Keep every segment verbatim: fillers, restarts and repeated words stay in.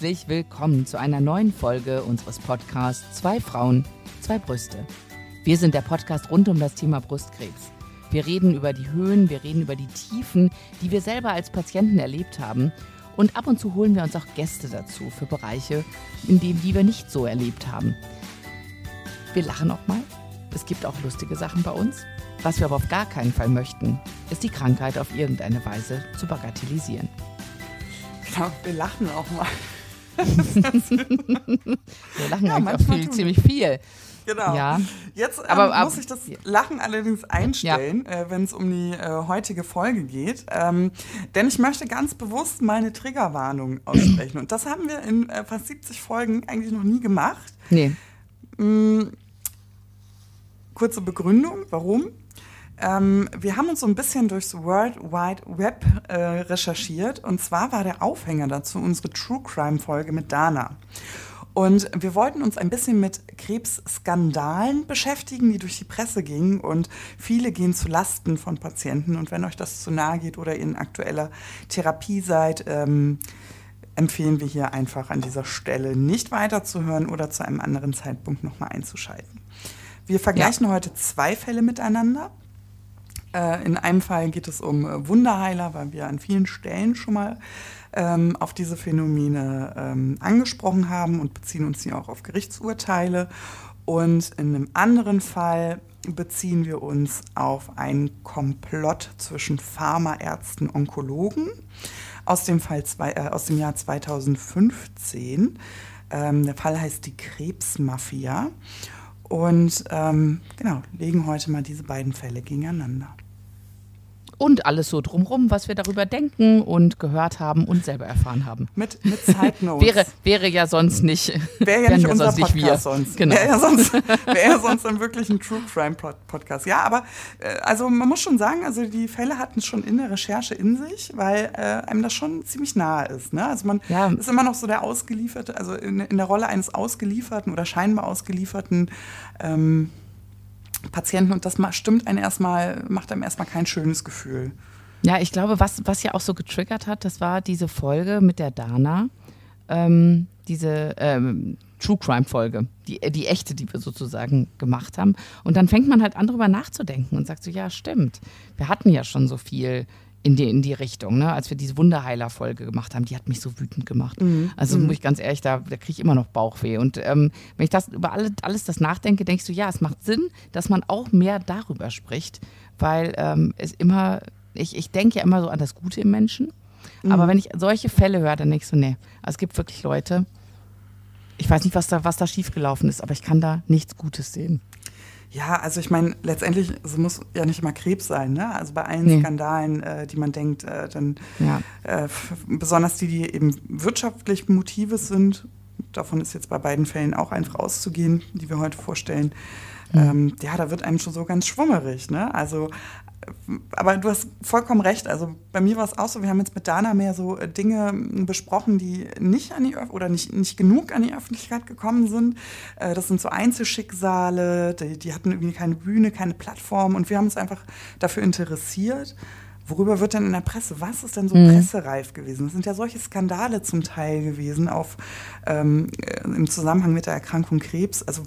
Herzlich willkommen zu einer neuen Folge unseres Podcasts Zwei Frauen, zwei Brüste. Wir sind der Podcast rund um das Thema Brustkrebs. Wir reden über die Höhen, wir reden über die Tiefen, die wir selber als Patienten erlebt haben. Und ab und zu holen wir uns auch Gäste dazu für Bereiche, in denen die wir nicht so erlebt haben. Wir lachen auch mal. Es gibt auch lustige Sachen bei uns. Was wir aber auf gar keinen Fall möchten, ist die Krankheit auf irgendeine Weise zu bagatellisieren. Genau, wir lachen auch mal. Wir lachen ja, eigentlich auch viel, ziemlich viel. Genau. Ja. Jetzt ähm, aber, aber, muss ich das Lachen allerdings einstellen, ja. äh, wenn es um die äh, heutige Folge geht. Ähm, denn ich möchte ganz bewusst meine Triggerwarnung aussprechen. Und das haben wir in äh, fast siebzig Folgen eigentlich noch nie gemacht. Nee. Mhm. Kurze Begründung, warum? Ähm, wir haben uns so ein bisschen durchs World Wide Web äh, recherchiert. Und zwar war der Aufhänger dazu unsere True Crime Folge mit Dana. Und wir wollten uns ein bisschen mit Krebsskandalen beschäftigen, die durch die Presse gingen. Und viele gehen zu Lasten von Patienten. Und wenn euch das zu nahe geht oder ihr in aktueller Therapie seid, ähm, empfehlen wir hier einfach an dieser Stelle nicht weiterzuhören oder zu einem anderen Zeitpunkt nochmal einzuschalten. Wir vergleichen ja. heute zwei Fälle miteinander. Äh, in einem Fall geht es um äh, Wunderheiler, weil wir an vielen Stellen schon mal ähm, auf diese Phänomene ähm, angesprochen haben und beziehen uns hier auch auf Gerichtsurteile. Und in einem anderen Fall beziehen wir uns auf einen Komplott zwischen Pharmaärzten und Onkologen aus dem, Fall zwei, äh, aus dem Jahr zweitausendfünfzehn. Ähm, der Fall heißt die Krebsmafia. Und ähm, genau, legen heute mal diese beiden Fälle gegeneinander. Und alles so drumherum, was wir darüber denken und gehört haben und selber erfahren haben. Mit, mit Side Notes. wäre, wäre ja sonst nicht, wäre ja nicht unser ja sonst Podcast nicht wir. sonst. Genau. Wäre ja sonst, wär ja sonst dann wirklich ein True Crime Podcast. Ja, aber äh, also man muss schon sagen, also die Fälle hatten schon in der Recherche in sich, weil äh, einem das schon ziemlich nahe ist. Ne? Also man ja. ist immer noch so der ausgelieferte, also in, in der Rolle eines ausgelieferten oder scheinbar ausgelieferten ähm, Patienten, und das stimmt einen erstmal, macht einem erstmal kein schönes Gefühl. Ja, ich glaube, was, was ja auch so getriggert hat, das war diese Folge mit der Dana, ähm, diese ähm, True Crime Folge, die, die echte, die wir sozusagen gemacht haben. Und dann fängt man halt an, drüber nachzudenken und sagt so, ja, stimmt, wir hatten ja schon so viel in die, in die Richtung, ne? Als wir diese Wunderheiler-Folge gemacht haben, die hat mich so wütend gemacht. Mhm. Also muss ich ganz ehrlich, da, da kriege ich immer noch Bauchweh. Und ähm, wenn ich das über alle, alles das nachdenke, denkst du, ja, es macht Sinn, dass man auch mehr darüber spricht, weil ähm, es immer, ich, ich denke ja immer so an das Gute im Menschen, mhm. aber wenn ich solche Fälle höre, dann denke ich so, nee, also es gibt wirklich Leute, ich weiß nicht, was da, was da schiefgelaufen ist, aber ich kann da nichts Gutes sehen. Ja, also ich meine, letztendlich, es muss ja nicht immer Krebs sein, ne? Also bei allen nee. Skandalen, äh, die man denkt, äh, dann ja. äh, f- besonders die, die eben wirtschaftlich Motive sind, davon ist jetzt bei beiden Fällen auch einfach auszugehen, die wir heute vorstellen, mhm. ähm, ja, da wird einem schon so ganz schwummerig, ne? Also aber du hast vollkommen recht. Also bei mir war es auch so, wir haben jetzt mit Dana mehr so Dinge besprochen, die nicht an die Öf- oder nicht, nicht genug an die Öffentlichkeit gekommen sind. Das sind so Einzelschicksale, die, die hatten irgendwie keine Bühne, keine Plattform, und wir haben uns einfach dafür interessiert. Worüber wird denn in der Presse? Was ist denn so mhm. pressereif gewesen? Das sind ja solche Skandale zum Teil gewesen auf, ähm, im Zusammenhang mit der Erkrankung Krebs. Also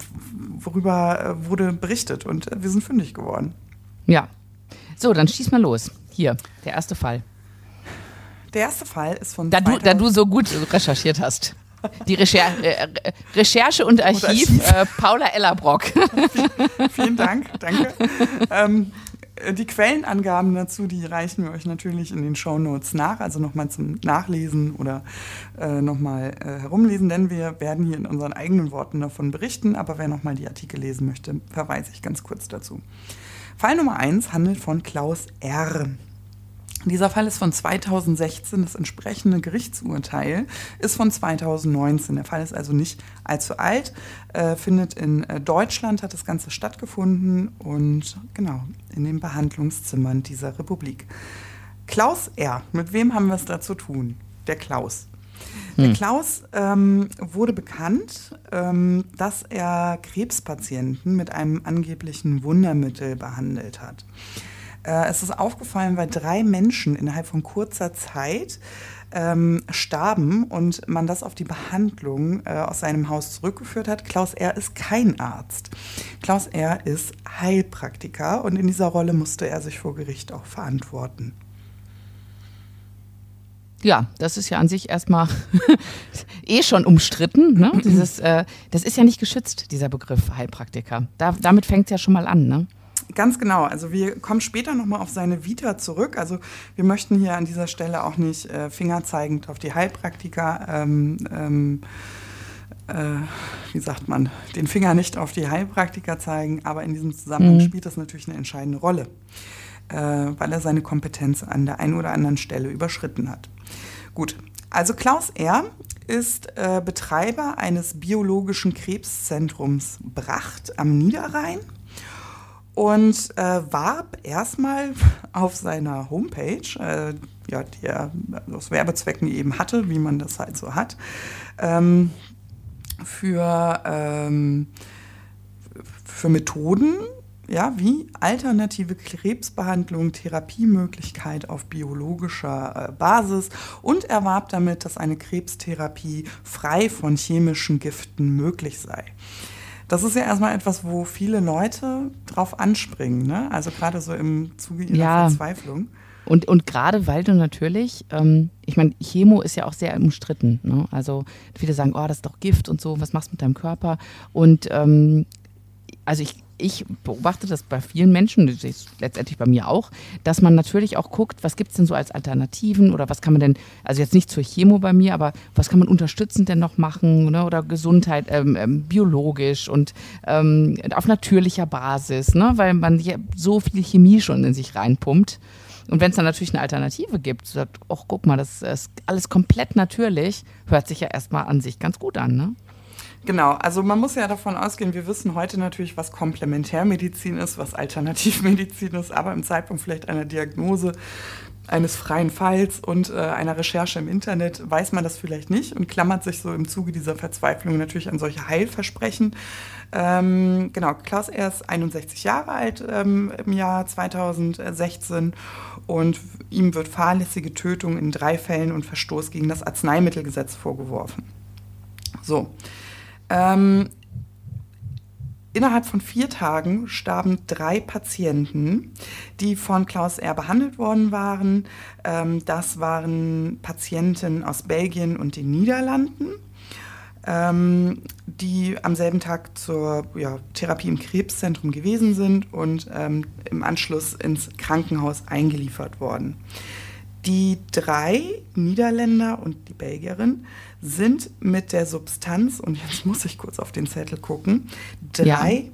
worüber wurde berichtet, und wir sind fündig geworden. Ja. So, dann schieß mal los. Hier, der erste Fall. Der erste Fall ist von Da du, da du so gut recherchiert hast. Die Recher äh, Recherche und Archiv, und Archiv. Äh, Paula Ellerbrock. vielen, vielen Dank, danke. ähm, die Quellenangaben dazu, die reichen wir euch natürlich in den Shownotes nach, also nochmal zum Nachlesen oder äh, nochmal äh, herumlesen, denn wir werden hier in unseren eigenen Worten davon berichten, aber wer nochmal die Artikel lesen möchte, verweise ich ganz kurz dazu. Fall Nummer eins handelt von Klaus R. Dieser Fall ist von zweitausendsechzehn, das entsprechende Gerichtsurteil ist von zweitausendneunzehn. Der Fall ist also nicht allzu alt, äh, findet in äh, Deutschland, hat das Ganze stattgefunden, und genau, in den Behandlungszimmern dieser Republik. Klaus R., mit wem haben wir es da zu tun? Der Klaus. Der Klaus ähm, wurde bekannt, ähm, dass er Krebspatienten mit einem angeblichen Wundermittel behandelt hat. Äh, es ist aufgefallen, weil drei Menschen innerhalb von kurzer Zeit ähm, starben und man das auf die Behandlung äh, aus seinem Haus zurückgeführt hat. Klaus R. ist kein Arzt. Klaus R. ist Heilpraktiker und in dieser Rolle musste er sich vor Gericht auch verantworten. Ja, das ist ja an sich erstmal eh schon umstritten. Ne? Dieses, äh, das ist ja nicht geschützt, dieser Begriff Heilpraktiker. Da, damit fängt es ja schon mal an, ne? Ganz genau. Also wir kommen später nochmal auf seine Vita zurück. Also wir möchten hier an dieser Stelle auch nicht äh, fingerzeigend auf die Heilpraktiker, ähm, ähm, äh, wie sagt man, den Finger nicht auf die Heilpraktiker zeigen. Aber in diesem Zusammenhang mhm. spielt das natürlich eine entscheidende Rolle, äh, weil er seine Kompetenz an der einen oder anderen Stelle überschritten hat. Gut, also Klaus R. ist äh, Betreiber eines biologischen Krebszentrums Bracht am Niederrhein. Und äh, warb erstmal auf seiner Homepage, äh, ja, die er aus Werbezwecken eben hatte, wie man das halt so hat, ähm, für, ähm, für Methoden, ja, wie alternative Krebsbehandlung, Therapiemöglichkeit auf biologischer äh, Basis und er warb damit, dass eine Krebstherapie frei von chemischen Giften möglich sei. Das ist ja erstmal etwas, wo viele Leute drauf anspringen, ne? Also gerade so im Zuge ihrer ja. Verzweiflung. Und, und gerade weil du natürlich, ähm, ich meine, Chemo ist ja auch sehr umstritten, ne? Also viele sagen, oh, das ist doch Gift und so, was machst du mit deinem Körper? Und ähm, also ich, ich beobachte das bei vielen Menschen, das ist letztendlich bei mir auch, dass man natürlich auch guckt, was gibt es denn so als Alternativen oder was kann man denn, also jetzt nicht zur Chemo bei mir, aber was kann man unterstützend denn noch machen, ne? Oder Gesundheit, ähm, ähm, biologisch und ähm, auf natürlicher Basis, ne? Weil man ja so viel Chemie schon in sich reinpumpt. Und wenn es dann natürlich eine Alternative gibt, sagt, ach guck mal, das ist alles komplett natürlich, hört sich ja erstmal an sich ganz gut an, ne? Genau, also man muss ja davon ausgehen, wir wissen heute natürlich, was Komplementärmedizin ist, was Alternativmedizin ist, aber im Zeitpunkt vielleicht einer Diagnose eines freien Falls und äh, einer Recherche im Internet weiß man das vielleicht nicht und klammert sich so im Zuge dieser Verzweiflung natürlich an solche Heilversprechen. Ähm, genau, Klaus R. ist einundsechzig Jahre alt ähm, im Jahr zweitausendsechzehn und ihm wird fahrlässige Tötung in drei Fällen und Verstoß gegen das Arzneimittelgesetz vorgeworfen. So. Ähm, innerhalb von vier Tagen starben drei Patienten, die von Klaus R. behandelt worden waren. Ähm, das waren Patienten aus Belgien und den Niederlanden, ähm, die am selben Tag zur ja, Therapie im Krebszentrum gewesen sind und ähm, im Anschluss ins Krankenhaus eingeliefert worden. Die drei Niederländer und die Belgierin sind mit der Substanz, und jetzt muss ich kurz auf den Zettel gucken, drei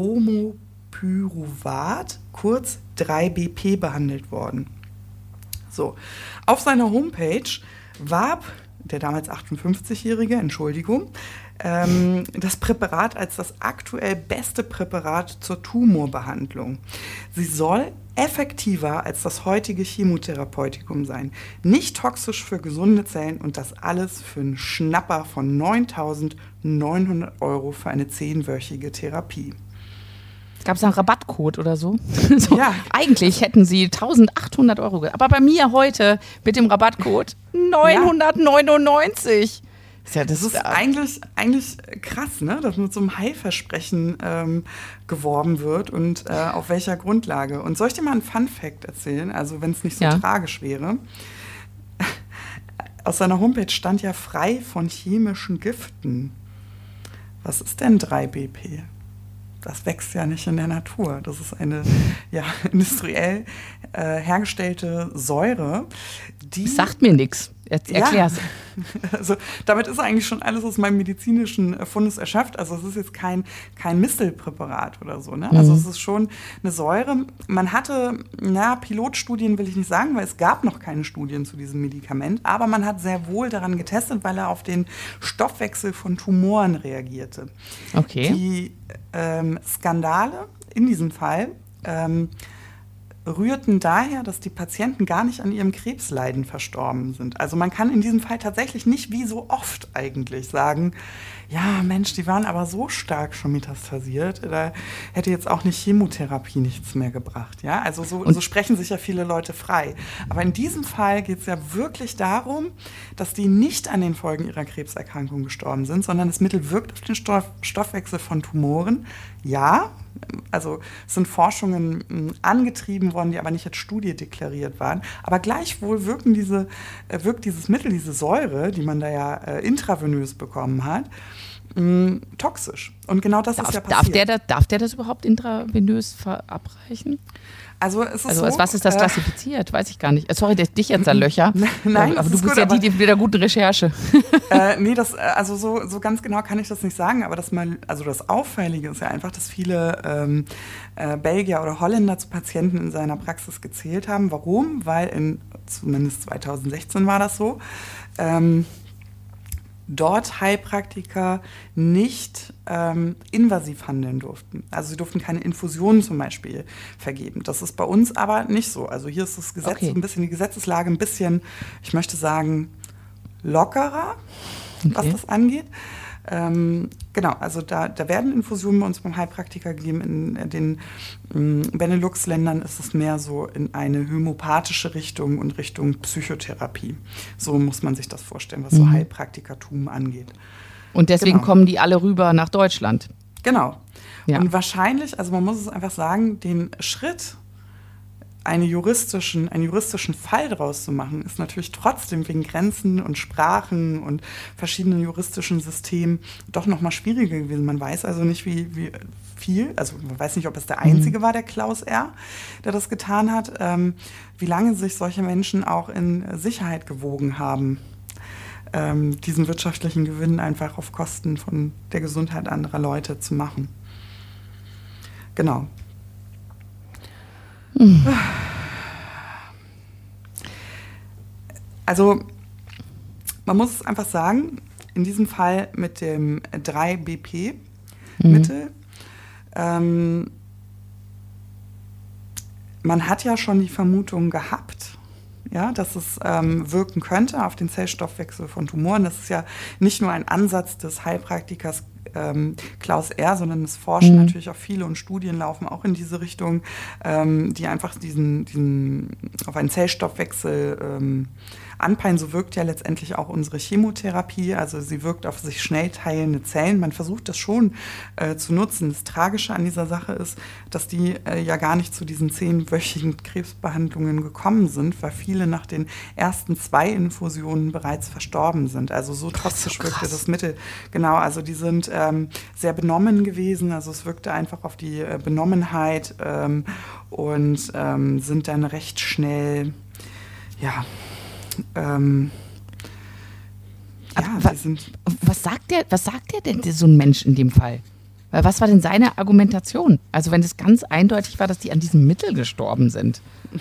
Bromopyruvat, kurz drei B P, behandelt worden. So, auf seiner Homepage warb der damals achtundfünfzigjährige, Entschuldigung, ähm, das Präparat als das aktuell beste Präparat zur Tumorbehandlung. Sie soll effektiver als das heutige Chemotherapeutikum sein, nicht toxisch für gesunde Zellen und das alles für einen Schnapper von neuntausendneunhundert Euro für eine zehnwöchige Therapie. Gab es einen Rabattcode oder so? so ja. Eigentlich hätten sie eintausendachthundert Euro, aber bei mir heute mit dem Rabattcode neunhundertneunundneunzig. Ja, das ist eigentlich, eigentlich krass, ne? Dass mit so einem Heilversprechen ähm, geworben wird und äh, auf welcher Grundlage. Und soll ich dir mal einen Fun-Fact erzählen? Also wenn es nicht so ja. tragisch wäre. Aus seiner Homepage stand ja frei von chemischen Giften. Was ist denn drei B P? Das wächst ja nicht in der Natur. Das ist eine ja, industriell äh, hergestellte Säure, die... Das sagt mir nichts. Erklär's. Ja, also damit ist eigentlich schon alles aus meinem medizinischen Fundus erschöpft. Also es ist jetzt kein, kein Mistelpräparat oder so. Ne? Also mhm. es ist schon eine Säure. Man hatte, na, Pilotstudien will ich nicht sagen, weil es gab noch keine Studien zu diesem Medikament. Aber man hat sehr wohl daran getestet, weil er auf den Stoffwechsel von Tumoren reagierte. Okay. Die ähm, Skandale in diesem Fall ähm, rührten daher, dass die Patienten gar nicht an ihrem Krebsleiden verstorben sind. Also man kann in diesem Fall tatsächlich nicht wie so oft eigentlich sagen, ja Mensch, die waren aber so stark schon metastasiert, da hätte jetzt auch eine Chemotherapie nichts mehr gebracht. Ja? Also so, so sprechen sich ja viele Leute frei. Aber in diesem Fall geht es ja wirklich darum, dass die nicht an den Folgen ihrer Krebserkrankung gestorben sind, sondern das Mittel wirkt auf den Stoff, Stoffwechsel von Tumoren. Ja, also es sind Forschungen mh, angetrieben worden, die aber nicht als Studie deklariert waren. Aber gleichwohl wirken diese, äh, wirkt dieses Mittel, diese Säure, die man da ja äh, intravenös bekommen hat, mh, toxisch. Und genau das darf, ist ja passiert. Darf der, das, darf der das überhaupt intravenös verabreichen? Also, es ist also so, als was ist das äh, klassifiziert? Weiß ich gar nicht. Sorry, dass ich dich jetzt erlöcher. Nein, aber du bist gut, ja aber, die, die mit der guten Recherche. Äh, nee, das, also so, so ganz genau kann ich das nicht sagen, aber das, mal, also das Auffällige ist ja einfach, dass viele ähm, äh, Belgier oder Holländer zu Patienten in seiner Praxis gezählt haben. Warum? Weil in, zumindest zwanzig sechzehn war das so, ähm, dort Heilpraktiker nicht ähm, invasiv handeln durften. Also sie durften keine Infusionen zum Beispiel vergeben. Das ist bei uns aber nicht so. Also hier ist das Gesetz okay. ein bisschen, die Gesetzeslage ein bisschen, ich möchte sagen, lockerer, okay. was das angeht. Ähm, genau, also da, da werden Infusionen bei uns beim Heilpraktiker gegeben. In den ähm, Benelux-Ländern ist es mehr so in eine homöopathische Richtung und Richtung Psychotherapie. So muss man sich das vorstellen, was mhm. so Heilpraktikertum angeht. Und deswegen genau. kommen die alle rüber nach Deutschland. Genau. Ja. Und wahrscheinlich, also man muss es einfach sagen, den Schritt, Eine juristischen, einen juristischen Fall draus zu machen, ist natürlich trotzdem wegen Grenzen und Sprachen und verschiedenen juristischen Systemen doch noch mal schwieriger gewesen. Man weiß also nicht, wie, wie viel, also man weiß nicht, ob es der Einzige mhm. war, der Klaus R., der das getan hat, ähm, wie lange sich solche Menschen auch in Sicherheit gewogen haben, ähm, diesen wirtschaftlichen Gewinn einfach auf Kosten von der Gesundheit anderer Leute zu machen. Genau. Also man muss es einfach sagen, in diesem Fall mit dem drei B P-Mittel, mhm. ähm, man hat ja schon die Vermutung gehabt, ja, dass es ähm, wirken könnte auf den Zellstoffwechsel von Tumoren. Das ist ja nicht nur ein Ansatz des Heilpraktikers Ähm, Klaus R., sondern es forschen mhm. natürlich auch viele und Studien laufen auch in diese Richtung, ähm, die einfach diesen, diesen auf einen Zellstoffwechsel ähm, anpeilen. So wirkt ja letztendlich auch unsere Chemotherapie, also sie wirkt auf sich schnell teilende Zellen. Man versucht das schon äh, zu nutzen. Das Tragische an dieser Sache ist, dass die äh, ja gar nicht zu diesen zehnwöchigen Krebsbehandlungen gekommen sind, weil viele nach den ersten zwei Infusionen bereits verstorben sind. Also so toxisch wirkte das Mittel. Genau, also die sind ähm, sehr benommen gewesen, also es wirkte einfach auf die äh, Benommenheit ähm, und ähm, sind dann recht schnell, ja, ähm, ja, was, sind was sagt der, was sagt der denn, so ein Mensch in dem Fall? Was war denn seine Argumentation? Also wenn es ganz eindeutig war, dass die an diesem Mittel gestorben sind.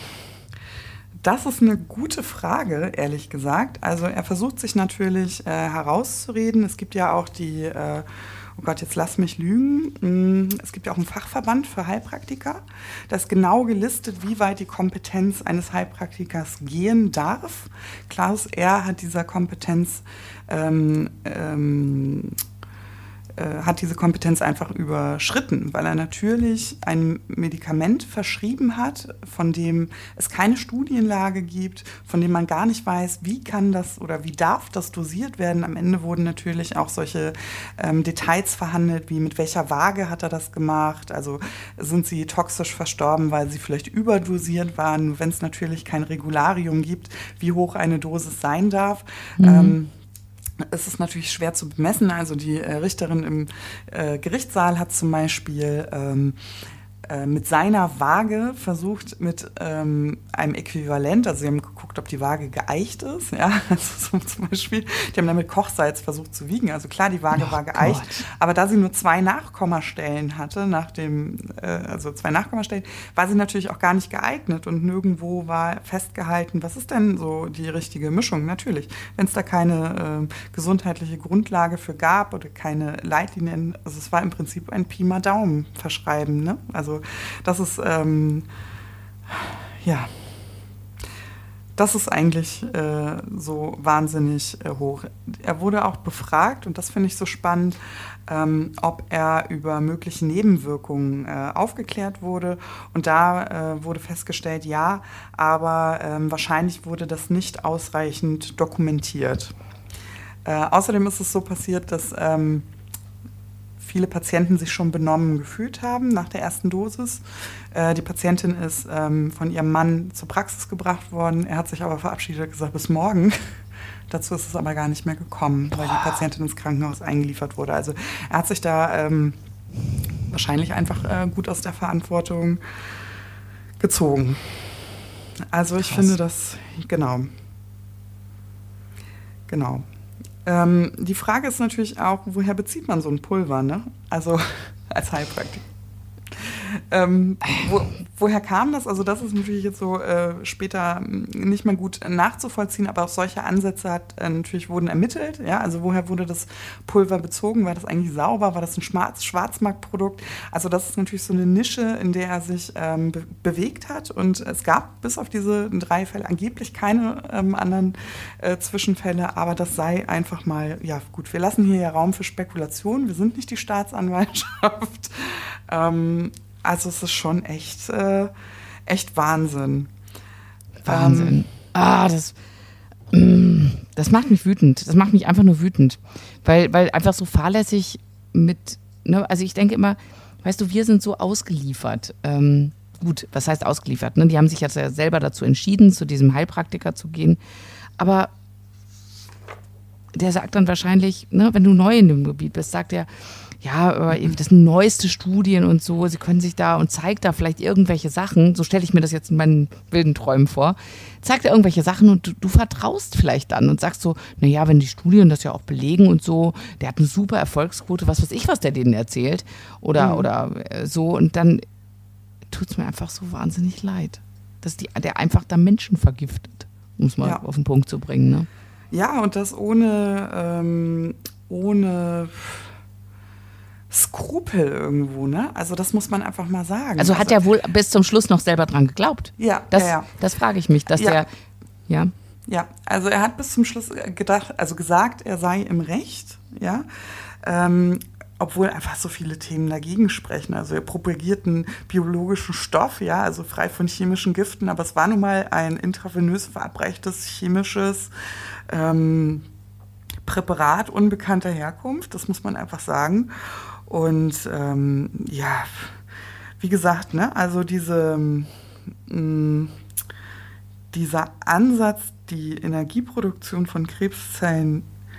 Das ist eine gute Frage, ehrlich gesagt. Also er versucht sich natürlich äh, herauszureden. Es gibt ja auch die, äh, oh Gott, jetzt lass mich lügen, es gibt ja auch einen Fachverband für Heilpraktiker. Da ist genau gelistet, wie weit die Kompetenz eines Heilpraktikers gehen darf. Klaus R. hat dieser Kompetenz ähm, ähm, hat diese Kompetenz einfach überschritten, weil er natürlich ein Medikament verschrieben hat, von dem es keine Studienlage gibt, von dem man gar nicht weiß, wie kann das oder wie darf das dosiert werden. Am Ende wurden natürlich auch solche ähm, Details verhandelt, wie mit welcher Waage hat er das gemacht, also sind sie toxisch verstorben, weil sie vielleicht überdosiert waren, wenn es natürlich kein Regularium gibt, wie hoch eine Dosis sein darf. Mhm. Ähm, Es ist natürlich schwer zu bemessen. Also die äh, Richterin im äh, Gerichtssaal hat zum Beispiel ähm, äh, mit seiner Waage versucht, mit ähm, einem Äquivalent, also sie haben geguckt, ob die Waage geeicht ist. Ja, also so zum Beispiel, die haben dann mit Kochsalz versucht zu wiegen. Also klar, die Waage oh war geeicht, Gott. Aber da sie nur zwei Nachkommastellen hatte, nach dem, äh, also zwei Nachkommastellen, war sie natürlich auch gar nicht geeignet und nirgendwo war festgehalten, was ist denn so die richtige Mischung? Natürlich, wenn es da keine äh, gesundheitliche Grundlage für gab oder keine Leitlinien, also es war im Prinzip ein Pi mal Daumen verschreiben, ne? Also das ist, ähm, ja, das ist eigentlich äh, so wahnsinnig äh, hoch. Er wurde auch befragt, und das finde ich so spannend, ähm, ob er über mögliche Nebenwirkungen äh, aufgeklärt wurde. Und da äh, wurde festgestellt, ja, aber ähm, wahrscheinlich wurde das nicht ausreichend dokumentiert. Äh, außerdem ist es so passiert, dass ähm, viele Patienten sich schon benommen gefühlt haben nach der ersten Dosis. Äh, die Patientin ist ähm, von ihrem Mann zur Praxis gebracht worden. Er hat sich aber verabschiedet und gesagt, bis morgen. Dazu ist es aber gar nicht mehr gekommen, weil die Patientin ins Krankenhaus eingeliefert wurde. Also er hat sich da ähm, wahrscheinlich einfach äh, gut aus der Verantwortung gezogen. Also ich Krass. finde das, genau. Genau. Ähm, die Frage ist natürlich auch, woher bezieht man so ein Pulver, ne? Also als Heilpraktiker. Ähm, wo, woher kam das? Also das ist natürlich jetzt so äh, später nicht mehr gut nachzuvollziehen, aber auch solche Ansätze hat äh, natürlich wurden ermittelt. Ja? Also woher wurde das Pulver bezogen? War das eigentlich sauber? War das ein Schwarz- Schwarzmarktprodukt? Also das ist natürlich so eine Nische, in der er sich ähm, be- bewegt hat. Und es gab bis auf diese drei Fälle angeblich keine ähm, anderen äh, Zwischenfälle, aber das sei einfach mal, ja gut, wir lassen hier ja Raum für Spekulation. Wir sind nicht die Staatsanwaltschaft. ähm, Also es ist schon echt, äh, echt Wahnsinn. Wahnsinn. Ähm, ah, das, mm, das macht mich wütend. Das macht mich einfach nur wütend. Weil, weil einfach so fahrlässig mit, ne, also ich denke immer, weißt du, wir sind so ausgeliefert. Ähm, gut, was heißt ausgeliefert? Ne? Die haben sich jetzt ja selber dazu entschieden, zu diesem Heilpraktiker zu gehen. Aber der sagt dann wahrscheinlich, ne, wenn du neu in dem Gebiet bist, sagt er, ja, aber das sind neueste Studien und so, sie können sich da und zeigt da vielleicht irgendwelche Sachen, so stelle ich mir das jetzt in meinen wilden Träumen vor, zeigt da irgendwelche Sachen und du, du vertraust vielleicht dann und sagst so, naja, wenn die Studien das ja auch belegen und so, der hat eine super Erfolgsquote, was weiß ich, was der denen erzählt oder, mhm. oder so, und dann tut es mir einfach so wahnsinnig leid, dass die, der einfach da Menschen vergiftet, um es mal ja. auf den Punkt zu bringen. Ne? Ja, und das ohne, ähm, ohne Skrupel irgendwo, ne? Also das muss man einfach mal sagen. Also hat also, er wohl bis zum Schluss noch selber dran geglaubt? Ja, das, ja, ja. Das frage ich mich, dass ja. der, ja. Ja, also er hat bis zum Schluss gedacht, also gesagt, er sei im Recht, ja, ähm, obwohl einfach so viele Themen dagegen sprechen. Also er propagiert einen biologischen Stoff, ja, also frei von chemischen Giften, aber es war nun mal ein intravenös verabreichtes chemisches ähm, Präparat unbekannter Herkunft, das muss man einfach sagen. Und ähm, ja, wie gesagt, ne, also diese, mh, dieser Ansatz, die Energieproduktion von Krebszellen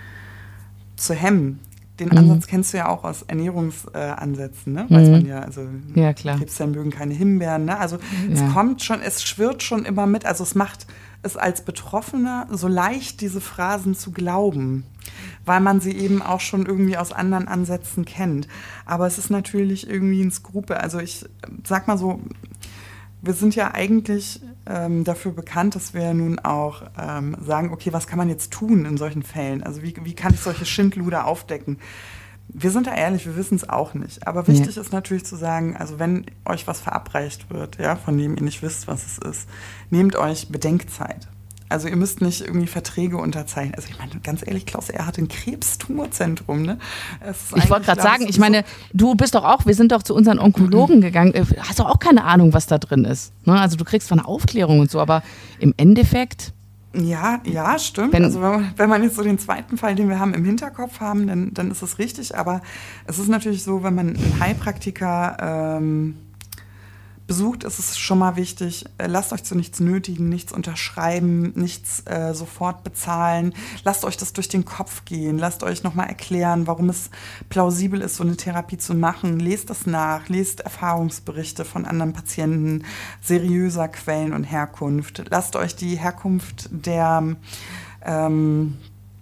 zu hemmen, den mhm. Ansatz kennst du ja auch aus Ernährungsansätzen, ne? Mhm. Weiß man ja, also ja, klar. Krebszellen mögen keine Himbeeren, ne? Also ja. es kommt schon, es schwirrt schon immer mit, also es macht es als Betroffener so leicht, diese Phrasen zu glauben, weil man sie eben auch schon irgendwie aus anderen Ansätzen kennt. Aber es ist natürlich irgendwie ein Skrupel. Also ich sag mal so, wir sind ja eigentlich ähm, dafür bekannt, dass wir nun auch ähm, sagen, okay, was kann man jetzt tun in solchen Fällen? Also wie, wie kann ich solche Schindluder aufdecken? Wir sind da ehrlich, wir wissen es auch nicht. Aber wichtig ja. ist natürlich zu sagen, also wenn euch was verabreicht wird, ja, von dem ihr nicht wisst, was es ist, nehmt euch Bedenkzeit. Also ihr müsst nicht irgendwie Verträge unterzeichnen. Also ich meine, ganz ehrlich, Klaus, er hat ein Krebstumorzentrum, ne? Ich wollte gerade sagen, ich meine, du bist doch auch, wir sind doch zu unseren Onkologen gegangen, hast doch auch keine Ahnung, was da drin ist. Ne? Also du kriegst zwar eine Aufklärung und so, aber im Endeffekt... Ja, ja, stimmt. Wenn, also wenn man, wenn man jetzt so den zweiten Fall, den wir haben, im Hinterkopf haben, dann, dann ist es richtig. Aber es ist natürlich so, wenn man einen Heilpraktiker ähm, besucht, ist es schon mal wichtig, äh, lasst euch zu nichts nötigen, nichts unterschreiben, nichts äh, sofort bezahlen. Lasst euch das durch den Kopf gehen. Lasst euch nochmal erklären, warum es plausibel ist, so eine Therapie zu machen. Lest das nach, lest Erfahrungsberichte von anderen Patienten, seriöser Quellen und Herkunft. Lasst euch die Herkunft der ähm,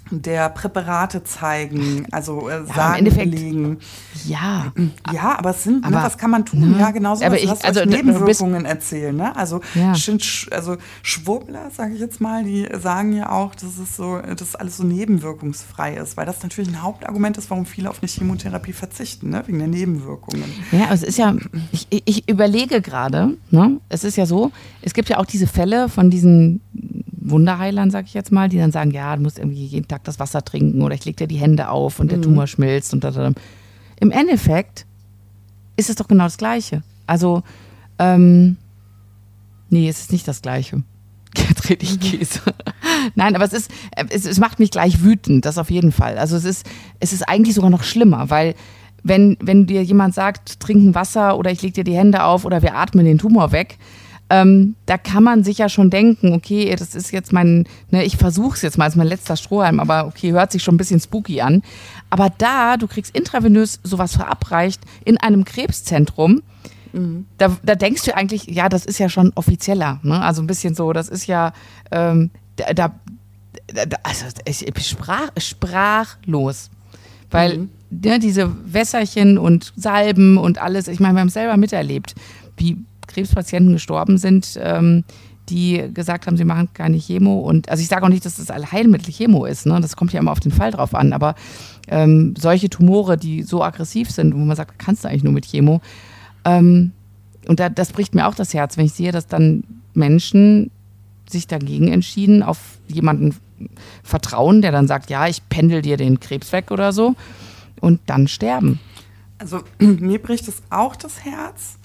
der Präparate zeigen, also äh, Ja, im sagen, Endeffekt- belegen. Ja, Ja, aber es sind, ne, Aber, was kann man tun? ne? Ja, genau so. Aber was, ich- lass also, euch da- du bist- Nebenwirkungen erzählen. Ne? Also, Ja. Sch- also Schwurbler, sage ich jetzt mal, die sagen ja auch, dass es so, dass alles so nebenwirkungsfrei ist, weil das natürlich ein Hauptargument ist, warum viele auf eine Chemotherapie verzichten, ne? Wegen der Nebenwirkungen. Ja, es ist ja, ich, ich überlege gerade, ne? Es ist ja so, es gibt ja auch diese Fälle von diesen Wunderheilern, sag ich jetzt mal, die dann sagen, ja, du musst irgendwie jeden Tag das Wasser trinken oder ich leg dir die Hände auf und der Tumor schmilzt und da, da, da. Im Endeffekt ist es doch genau das Gleiche. Also, ähm, nee, es ist nicht das Gleiche. Jetzt rede ich Käse. Nein, aber es ist, es, es macht mich gleich wütend, das auf jeden Fall. Also es ist, es ist eigentlich sogar noch schlimmer, weil wenn, wenn dir jemand sagt, trinken Wasser oder ich leg dir die Hände auf oder wir atmen den Tumor weg, ähm, da kann man sich ja schon denken, okay, das ist jetzt mein, ne, ich versuche es jetzt mal, ist mein letzter Strohhalm, aber okay, hört sich schon ein bisschen spooky an. Aber da, du kriegst intravenös sowas verabreicht in einem Krebszentrum, da, da denkst du eigentlich, ja, das ist ja schon offizieller, ne? Also ein bisschen so, das ist ja, ähm, da, da, da, also ich bin sprach, sprachlos. Weil Mhm. ne, diese Wässerchen und Salben und alles, ich meine, wir haben es selber miterlebt, wie Krebspatienten gestorben sind, ähm, die gesagt haben, sie machen keine Chemo. Und also ich sage auch nicht, dass das Allheilmittel Chemo ist, ne? Das kommt ja immer auf den Fall drauf an. Aber ähm, solche Tumore, die so aggressiv sind, wo man sagt, kannst du eigentlich nur mit Chemo. Ähm, und da, das bricht mir auch das Herz, wenn ich sehe, dass dann Menschen sich dagegen entschieden, auf jemanden vertrauen, der dann sagt, ja, ich pendel dir den Krebs weg oder so und dann sterben. Also mir bricht es auch das Herz.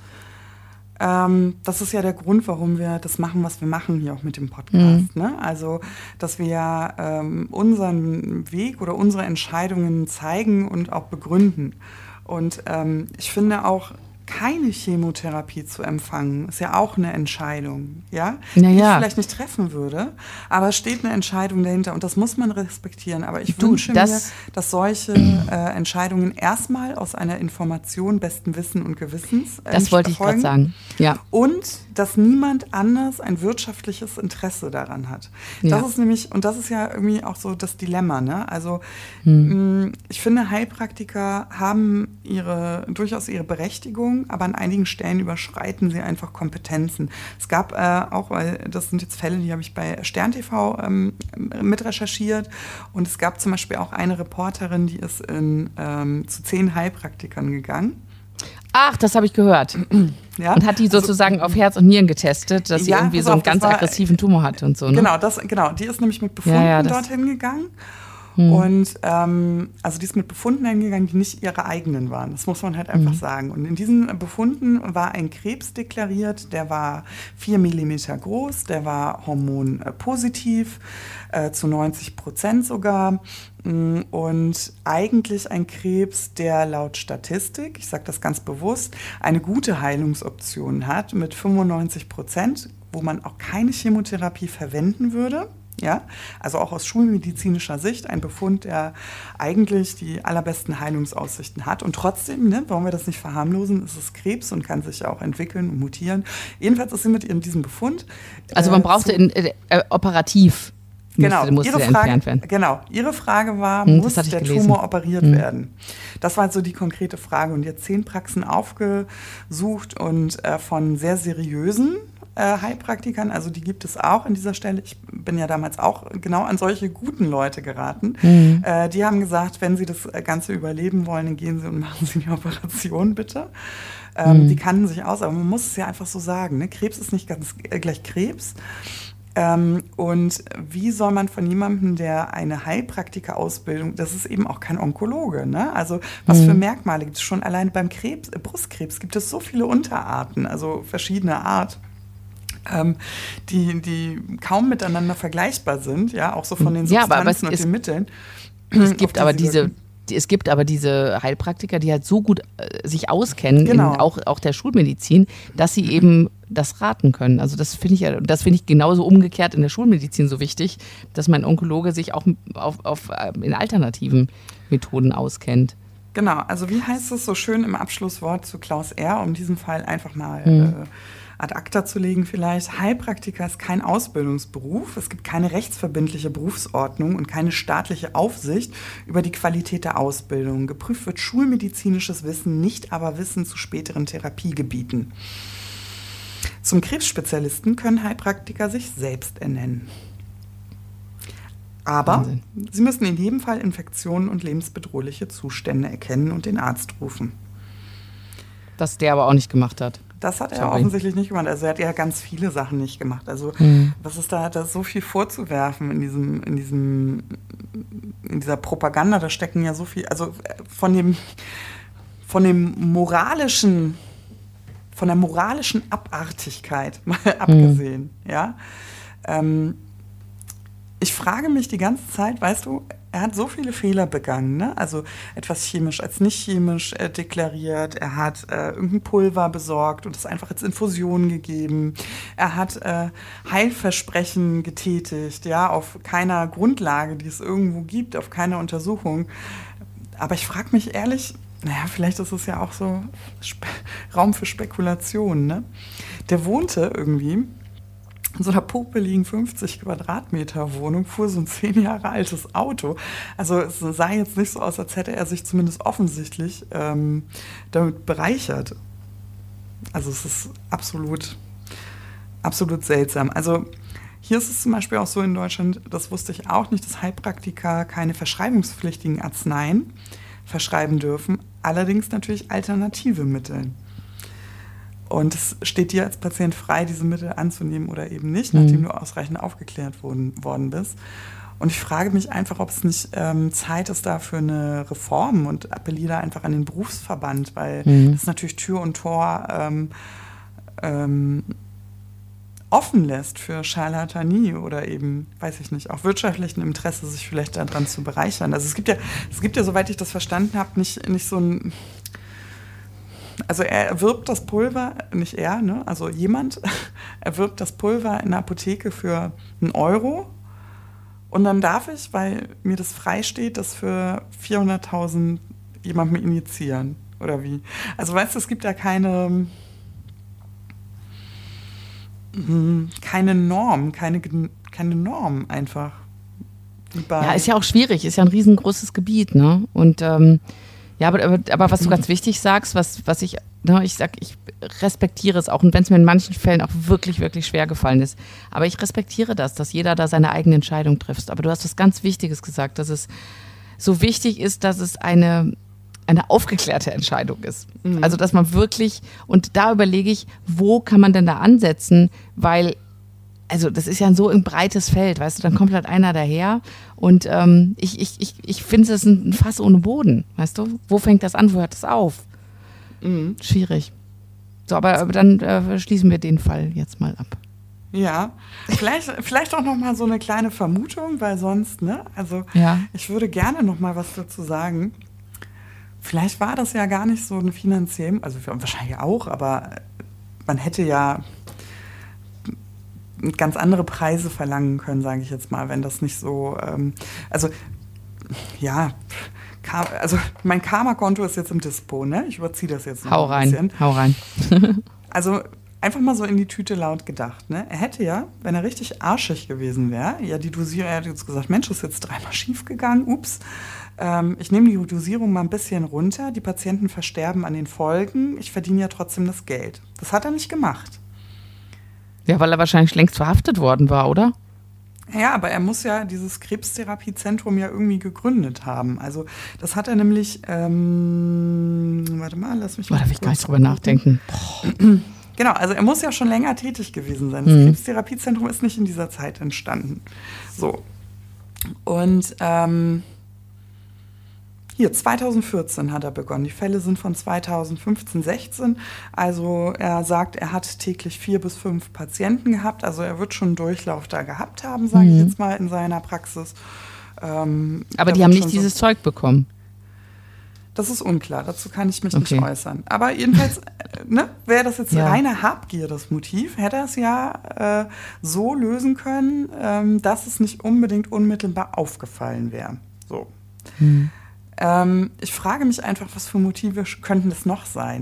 Ähm, das ist ja der Grund, warum wir das machen, was wir machen hier auch mit dem Podcast. Ne? Also, dass wir ähm, unseren Weg oder unsere Entscheidungen zeigen und auch begründen. Und ähm, ich finde auch, keine Chemotherapie zu empfangen, ist ja auch eine Entscheidung, ja, Na die ja. ich vielleicht nicht treffen würde, aber es steht eine Entscheidung dahinter und das muss man respektieren. Aber ich Du, wünsche das- mir, dass solche äh, Entscheidungen erstmal aus einer Information besten Wissen und Gewissens äh, Das wollte ich gerade erfolgen. sagen. Ja. Und dass niemand anders ein wirtschaftliches Interesse daran hat. Das Ja. ist nämlich, und das ist ja irgendwie auch so das Dilemma, ne? Also mh, ich finde, Heilpraktiker haben ihre, durchaus ihre Berechtigung, aber an einigen Stellen überschreiten sie einfach Kompetenzen. Es gab äh, auch, weil das sind jetzt Fälle, die habe ich bei Stern T V ähm, mit recherchiert, und es gab zum Beispiel auch eine Reporterin, die ist in, ähm, zu zehn Heilpraktikern gegangen. Ach, das habe ich gehört. Ja? Und hat die sozusagen auf Herz und Nieren getestet, dass sie Ja, irgendwie pass so einen auf, das ganz war- aggressiven Tumor hatte und so. Ne? Genau, das, genau, die ist nämlich mit Befunden Ja, ja, das- dorthin gegangen. Und ähm, also die ist mit Befunden hingegangen, die nicht ihre eigenen waren. Das muss man halt einfach sagen. Und in diesen Befunden war ein Krebs deklariert, der war vier Millimeter groß, der war hormonpositiv, äh, zu neunzig Prozent sogar. Mm, Und eigentlich ein Krebs, der laut Statistik, ich sage das ganz bewusst, eine gute Heilungsoption hat mit fünfundneunzig Prozent, wo man auch keine Chemotherapie verwenden würde. Ja, also auch aus schulmedizinischer Sicht ein Befund, der eigentlich die allerbesten Heilungsaussichten hat. Und trotzdem, ne, wollen wir das nicht verharmlosen, ist es Krebs und kann sich ja auch entwickeln und mutieren. Jedenfalls ist sie mit ihrem diesem Befund. Also man äh, brauchte zu- in, äh, äh, operativ Genau, musste, musste ihre der Frage, entfernt werden. genau, Ihre Frage war, Hm, das muss hatte ich der gelesen. Tumor operiert Hm. werden? Das war so die konkrete Frage. Und jetzt zehn Praxen aufgesucht und äh, von sehr seriösen äh, Heilpraktikern, also die gibt es auch an dieser Stelle. Ich bin ja damals auch genau an solche guten Leute geraten. Mhm. Äh, die haben gesagt, wenn Sie das Ganze überleben wollen, dann gehen Sie und machen Sie eine Operation, bitte. Ähm, Mhm. Die kannten sich aus, aber man muss es ja einfach so sagen. Ne? Krebs ist nicht ganz äh, gleich Krebs. Ähm, und wie soll man von jemandem, der eine Heilpraktikerausbildung, das ist eben auch kein Onkologe, ne? Also was für Merkmale gibt es schon alleine beim Krebs, äh, Brustkrebs gibt es so viele Unterarten, also verschiedener Art, ähm, die, die kaum miteinander vergleichbar sind, ja, auch so von den Ja, aber- aber Substanzen es und ist- den Mitteln. Es gibt auf die aber sie diese, wirken. die, es gibt aber diese Heilpraktiker, die halt so gut äh, sich auskennen, Genau. in, auch, auch der Schulmedizin, dass sie eben das raten können. Also das finde ich ja, das finde ich genauso umgekehrt in der Schulmedizin so wichtig, dass mein Onkologe sich auch auf, auf, äh, in alternativen Methoden auskennt. Genau, also wie heißt es so schön im Abschlusswort zu Klaus R., um diesen Fall einfach mal Mhm. äh, ad acta zu legen vielleicht. Heilpraktiker ist kein Ausbildungsberuf. Es gibt keine rechtsverbindliche Berufsordnung und keine staatliche Aufsicht über die Qualität der Ausbildung. Geprüft wird schulmedizinisches Wissen, nicht aber Wissen zu späteren Therapiegebieten. Zum Krebsspezialisten können Heilpraktiker sich selbst ernennen. Aber Wahnsinn. Sie müssen in jedem Fall Infektionen und lebensbedrohliche Zustände erkennen und den Arzt rufen. Das der aber auch nicht gemacht hat. Das hat er Sorry. offensichtlich nicht gemacht. Also er hat ja ganz viele Sachen nicht gemacht. Also mhm. was ist da, da ist so viel vorzuwerfen in diesem, in diesem, in dieser Propaganda. Da stecken ja so viel, also von dem, von dem moralischen, von der moralischen Abartigkeit mal abgesehen, mhm. ja. Ähm, Ich frage mich die ganze Zeit, weißt du, er hat so viele Fehler begangen, ne? Also etwas chemisch als nicht chemisch äh, deklariert, er hat äh, irgendein Pulver besorgt und es einfach als Infusion gegeben, er hat äh, Heilversprechen getätigt, ja, auf keiner Grundlage, die es irgendwo gibt, auf keiner Untersuchung. Aber ich frage mich ehrlich, naja, vielleicht ist es ja auch so Spe- Raum für Spekulationen, ne? Der wohnte irgendwie in so einer popeligen fünfzig Quadratmeter Wohnung, fuhr so ein zehn Jahre altes Auto. Also es sah jetzt nicht so aus, als hätte er sich zumindest offensichtlich ähm, damit bereichert. Also es ist absolut, absolut seltsam. Also hier ist es zum Beispiel auch so in Deutschland, das wusste ich auch nicht, dass Heilpraktiker keine verschreibungspflichtigen Arzneien verschreiben dürfen, allerdings natürlich alternative Mittel. Und es steht dir als Patient frei, diese Mittel anzunehmen oder eben nicht, nachdem mhm. du ausreichend aufgeklärt worden, worden bist. Und ich frage mich einfach, ob es nicht ähm, Zeit ist da für eine Reform und appelliere einfach an den Berufsverband, weil mhm. das natürlich Tür und Tor ähm, ähm, offen lässt für Scharlatanie oder eben, weiß ich nicht, auch wirtschaftlichen Interesse, sich vielleicht daran zu bereichern. Also es gibt ja, es gibt ja, soweit ich das verstanden habe, nicht, nicht so ein... Also er erwirbt das Pulver, nicht er, ne? Also jemand erwirbt das Pulver in der Apotheke für einen Euro und dann darf ich, weil mir das frei steht, das für vierhunderttausend jemandem injizieren, oder wie? Also weißt du, es gibt ja keine, keine Norm, keine, keine Norm einfach. Ja, ist ja auch schwierig, ist ja ein riesengroßes Gebiet, ne? Und ähm ja, aber, aber, aber was du ganz wichtig sagst, was, was ich, ne, ich sag, ich respektiere es auch, und wenn es mir in manchen Fällen auch wirklich, wirklich schwer gefallen ist, aber ich respektiere das, dass jeder da seine eigene Entscheidung trifft. Aber du hast was ganz Wichtiges gesagt, dass es so wichtig ist, dass es eine, eine aufgeklärte Entscheidung ist. Mhm. Also, dass man wirklich, und da überlege ich, wo kann man denn da ansetzen, weil also das ist ja ein so ein breites Feld, weißt du, dann kommt halt einer daher und ähm, ich, ich, ich, ich finde, es ist ein Fass ohne Boden, weißt du? Wo fängt das an, wo hört das auf? Mhm. Schwierig. So, aber, aber dann äh, schließen wir den Fall jetzt mal ab. Ja, vielleicht, vielleicht auch noch mal so eine kleine Vermutung, weil sonst, ne, also ja. ich würde gerne noch mal was dazu sagen. Vielleicht war das ja gar nicht so ein finanziell, also wahrscheinlich auch, aber man hätte ja ganz andere Preise verlangen können, sage ich jetzt mal, wenn das nicht so, ähm, also ja, also mein Karma-Konto ist jetzt im Dispo, ne? Ich überziehe das jetzt noch hau ein bisschen. Hau rein, hau rein. Also einfach mal so in die Tüte laut gedacht, ne? Er hätte ja, wenn er richtig arschig gewesen wäre, ja, die Dosierung, er hätte jetzt gesagt, Mensch, ist jetzt dreimal schief gegangen, ups, ähm, ich nehme die Dosierung mal ein bisschen runter, die Patienten versterben an den Folgen, ich verdiene ja trotzdem das Geld. Das hat er nicht gemacht. Ja, weil er wahrscheinlich längst verhaftet worden war, oder? Ja, aber er muss ja dieses Krebstherapiezentrum ja irgendwie gegründet haben. Also das hat er nämlich, ähm, warte mal, lass mich mal. Oh, da will ich gar nicht drüber nachdenken. Genau, also er muss ja schon länger tätig gewesen sein. Das mhm. Krebstherapiezentrum ist nicht in dieser Zeit entstanden. So. Und ähm, hier, zweitausendvierzehn hat er begonnen. Die Fälle sind von zweitausendfünfzehn, sechzehn. Also er sagt, er hat täglich vier bis fünf Patienten gehabt. Also er wird schon einen Durchlauf da gehabt haben, sage mhm. ich jetzt mal, in seiner Praxis. Ähm, Aber die haben nicht dieses so Zeug bekommen? Das ist unklar, dazu kann ich mich okay. nicht äußern. Aber jedenfalls, ne, wäre das jetzt ja. reine Habgier das Motiv, hätte er es ja äh, so lösen können, ähm, dass es nicht unbedingt unmittelbar aufgefallen wäre. So. Mhm. Ähm, ich frage mich einfach, was für Motive könnten das noch sein?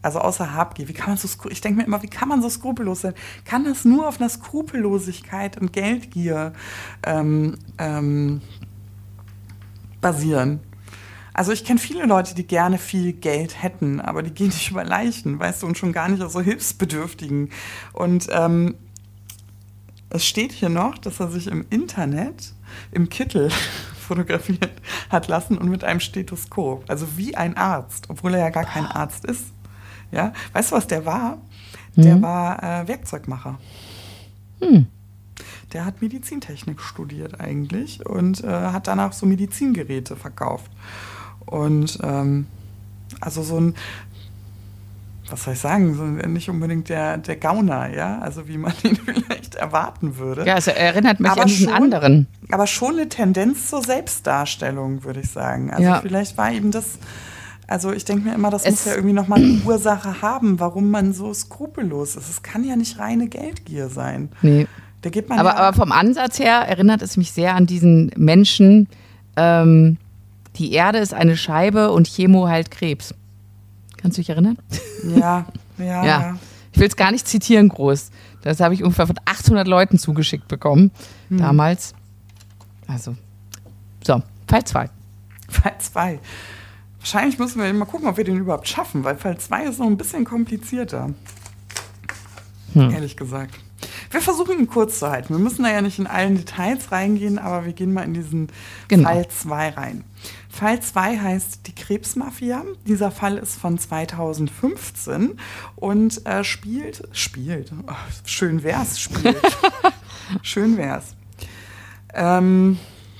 Also außer Habgier. Wie kann man so skru- ich denke mir immer, wie kann man so skrupellos sein? Kann das nur auf einer Skrupellosigkeit und Geldgier ähm, ähm, basieren? Also ich kenne viele Leute, die gerne viel Geld hätten, aber die gehen nicht über Leichen, weißt du, und schon gar nicht aus so Hilfsbedürftigen. Und ähm, es steht hier noch, dass er sich im Internet, im Kittel fotografiert hat lassen und mit einem Stethoskop. Also wie ein Arzt, obwohl er ja gar kein Arzt ist. Ja? Weißt du, was der war? Der hm. war äh, Werkzeugmacher. Hm. Der hat Medizintechnik studiert eigentlich und äh, hat danach so Medizingeräte verkauft. Und ähm, also so ein, was soll ich sagen, so nicht unbedingt der, der Gauner, ja, also wie man ihn vielleicht erwarten würde. Ja, also er erinnert mich aber an diesen schon, anderen. Aber schon eine Tendenz zur Selbstdarstellung, würde ich sagen. Also ja. vielleicht war eben das, also ich denke mir immer, das es muss ja irgendwie nochmal eine Ursache haben, warum man so skrupellos ist. Es kann ja nicht reine Geldgier sein. Nee. Da geht man aber, ja, aber vom Ansatz her erinnert es mich sehr an diesen Menschen, ähm, die Erde ist eine Scheibe und Chemo heilt Krebs. Kannst du dich erinnern? Ja, ja. ja. Ich will es gar nicht zitieren groß. Das habe ich ungefähr von achthundert Leuten zugeschickt bekommen, hm. damals. Also, so, Fall zwei. Fall zwei. Wahrscheinlich müssen wir mal gucken, ob wir den überhaupt schaffen, weil Fall zwei ist noch ein bisschen komplizierter. Hm. Ehrlich gesagt. Wir versuchen ihn kurz zu halten. Wir müssen da ja nicht in allen Details reingehen, aber wir gehen mal in diesen genau. Fall zwei rein. Fall zwei heißt die Krebsmafia. Dieser Fall ist von zweitausendfünfzehn und äh, spielt, spielt, oh, schön wär's, spielt. Schön wär's. Ähm,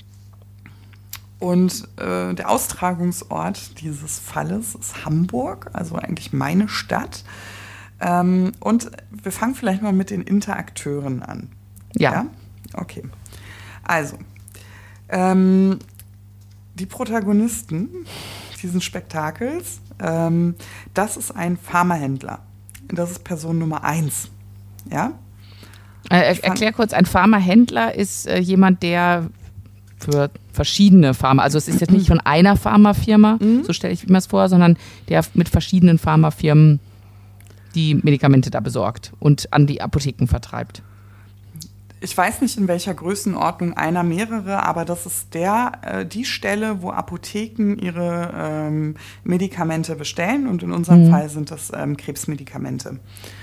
und äh, der Austragungsort dieses Falles ist Hamburg, also eigentlich meine Stadt. Ähm, und wir fangen vielleicht mal mit den Interakteuren an. Ja. ja? Okay. Also, ähm, die Protagonisten dieses Spektakels, ähm, das ist ein Pharmahändler. Das ist Person Nummer eins. Ja? Äh, erklär kurz, ein Pharmahändler ist äh, jemand, der für verschiedene Pharma, also es ist jetzt nicht von einer Pharmafirma, mhm. so stelle ich mir das vor, sondern der mit verschiedenen Pharmafirmen die Medikamente da besorgt und an die Apotheken vertreibt. Ich weiß nicht, in welcher Größenordnung, einer, mehrere, aber das ist der, äh, die Stelle, wo Apotheken ihre ähm, Medikamente bestellen und in unserem mhm. Fall sind das ähm, Krebsmedikamente.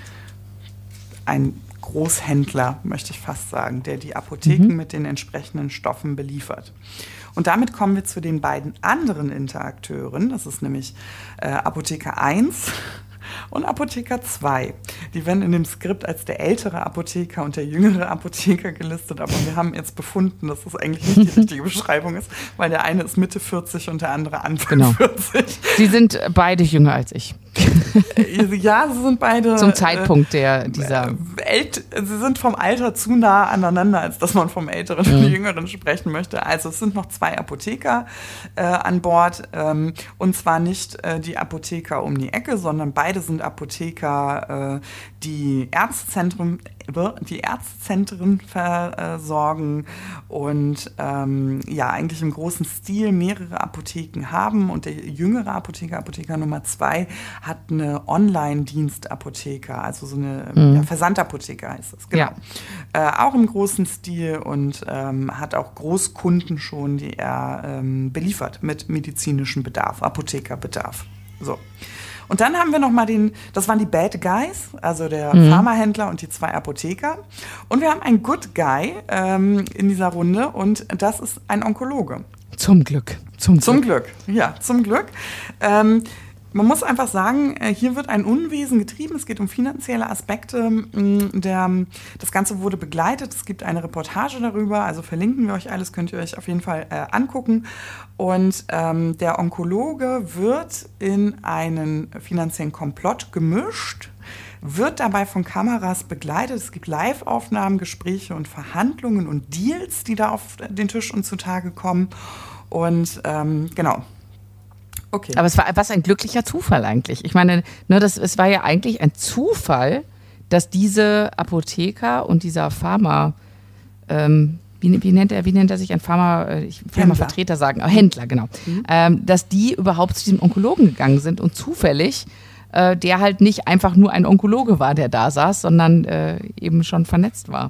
Ein Großhändler, möchte ich fast sagen, der die Apotheken mhm. mit den entsprechenden Stoffen beliefert. Und damit kommen wir zu den beiden anderen Interakteuren, das ist nämlich äh, Apotheker eins und Apotheker zwei. Die werden in dem Skript als der ältere Apotheker und der jüngere Apotheker gelistet, aber wir haben jetzt befunden, dass das eigentlich nicht die richtige Beschreibung ist, weil der eine ist Mitte vierzig und der andere Anfang genau. vierzig. Sie sind beide jünger als ich. Ja, sie sind beide zum Zeitpunkt der dieser äh, sie sind vom Alter zu nah aneinander, als dass man vom Älteren mhm. und Jüngeren sprechen möchte. Also es sind noch zwei Apotheker äh, an Bord ähm, und zwar nicht äh, die Apotheker um die Ecke, sondern beide sind Apotheker, äh, die Ärztezentren die Ärztezentren versorgen und ähm, ja, eigentlich im großen Stil mehrere Apotheken haben. Und der jüngere Apotheker, Apotheker Nummer zwei, hat eine Online-Dienstapotheke, also so eine mhm. ja, Versandapotheke heißt das, genau. Ja. Äh, auch im großen Stil und ähm, hat auch Großkunden schon, die er ähm, beliefert mit medizinischem Bedarf, Apothekerbedarf. So. Und dann haben wir noch mal den, das waren die Bad Guys, also der mhm. Pharmahändler und die zwei Apotheker. Und wir haben einen Good Guy ähm, in dieser Runde und das ist ein Onkologe. Zum Glück. Zum, zum Glück. Glück, ja, zum Glück. Ähm, man muss einfach sagen, hier wird ein Unwesen getrieben. Es geht um finanzielle Aspekte. Der, das Ganze wurde begleitet. Es gibt eine Reportage darüber. Also verlinken wir euch alles, könnt ihr euch auf jeden Fall äh, angucken. Und ähm, der Onkologe wird in einen finanziellen Komplott gemischt, wird dabei von Kameras begleitet. Es gibt Live-Aufnahmen, Gespräche und Verhandlungen und Deals, die da auf den Tisch und zutage kommen. Und ähm, genau. Okay. Aber es war was ein glücklicher Zufall eigentlich. Ich meine, ne, das, es war ja eigentlich ein Zufall, dass diese Apotheker und dieser Pharma, ähm, wie, wie, nennt er, wie nennt er sich, ein Pharma, ich will mal Vertreter sagen, oh, Händler, genau, mhm. ähm, dass die überhaupt zu diesem Onkologen gegangen sind und zufällig äh, der halt nicht einfach nur ein Onkologe war, der da saß, sondern äh, eben schon vernetzt war.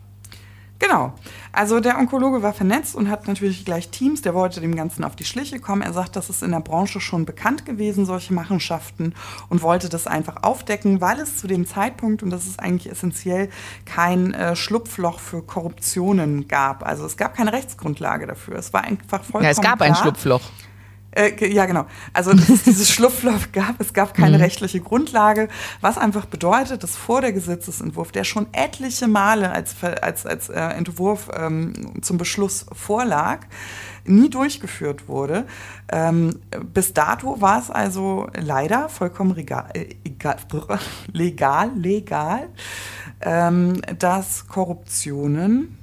Genau. Also der Onkologe war vernetzt und hat natürlich gleich Teams. Der wollte dem Ganzen auf die Schliche kommen. Er sagt, das ist in der Branche schon bekannt gewesen, solche Machenschaften, und wollte das einfach aufdecken, weil es zu dem Zeitpunkt, und das ist eigentlich essentiell, kein äh, Schlupfloch für Korruptionen gab. Also es gab keine Rechtsgrundlage dafür. Es war einfach vollkommen Ja, es gab klar. ein Schlupfloch. Äh, ja, genau. Also, dass es dieses Schlupfloch gab. Es gab keine mhm. rechtliche Grundlage, was einfach bedeutet, dass vor der Gesetzesentwurf, der schon etliche Male als, als, als äh, Entwurf ähm, zum Beschluss vorlag, nie durchgeführt wurde. Ähm, bis dato war es also leider vollkommen regal, äh, egal, legal, legal, ähm, dass Korruptionen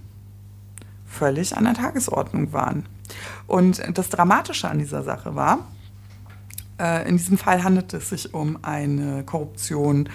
völlig an der Tagesordnung waren. Und das Dramatische an dieser Sache war, äh, in diesem Fall handelt es sich um eine Korruption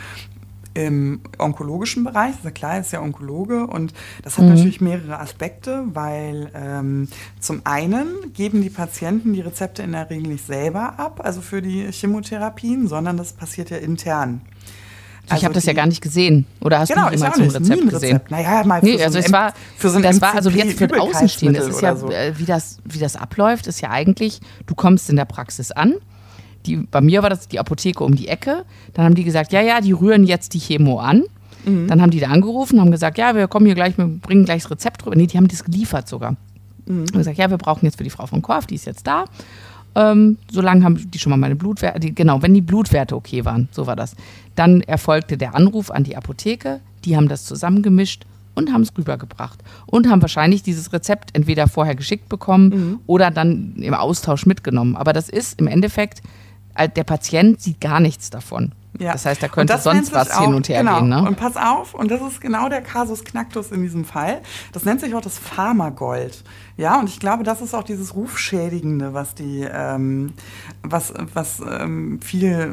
im onkologischen Bereich. Das ist ja klar, ist ja Onkologe, und das hat mhm. natürlich mehrere Aspekte, weil ähm, zum einen geben die Patienten die Rezepte in der Regel nicht selber ab, also für die Chemotherapien, sondern das passiert ja intern. Also ich habe das ja gar nicht gesehen. Oder hast genau, du jemals so ein Rezept, Rezept gesehen? Naja, mal für nee, so also ein es war, für so ein das war also jetzt für Außenstehende. Es ist ja, so. wie das, wie das abläuft, ist ja eigentlich, du kommst in der Praxis an. Die, bei mir war das die Apotheke um die Ecke. Dann haben die gesagt, ja, ja, die rühren jetzt die Chemo an. Mhm. Dann haben die da angerufen, haben gesagt, ja, wir kommen hier gleich, wir bringen gleich das Rezept rüber. Nee, die haben das geliefert sogar. Mhm. Haben gesagt, ja, wir brauchen jetzt für die Frau von Korff, die ist jetzt da. Ähm, solange haben die schon mal meine Blutwerte, die, genau, wenn die Blutwerte okay waren, so war das. Dann erfolgte der Anruf an die Apotheke, die haben das zusammengemischt und haben es rübergebracht. Und haben wahrscheinlich dieses Rezept entweder vorher geschickt bekommen mhm. oder dann im Austausch mitgenommen. Aber das ist im Endeffekt, der Patient sieht gar nichts davon. Ja. Das heißt, da könnte sonst was auch hin und her genau. gehen. Ne? Und pass auf, und das ist genau der Kasus Knacktus in diesem Fall. Das nennt sich auch das Pharmagold. Ja, und ich glaube, das ist auch dieses Rufschädigende, was die, ähm, was, was ähm, viel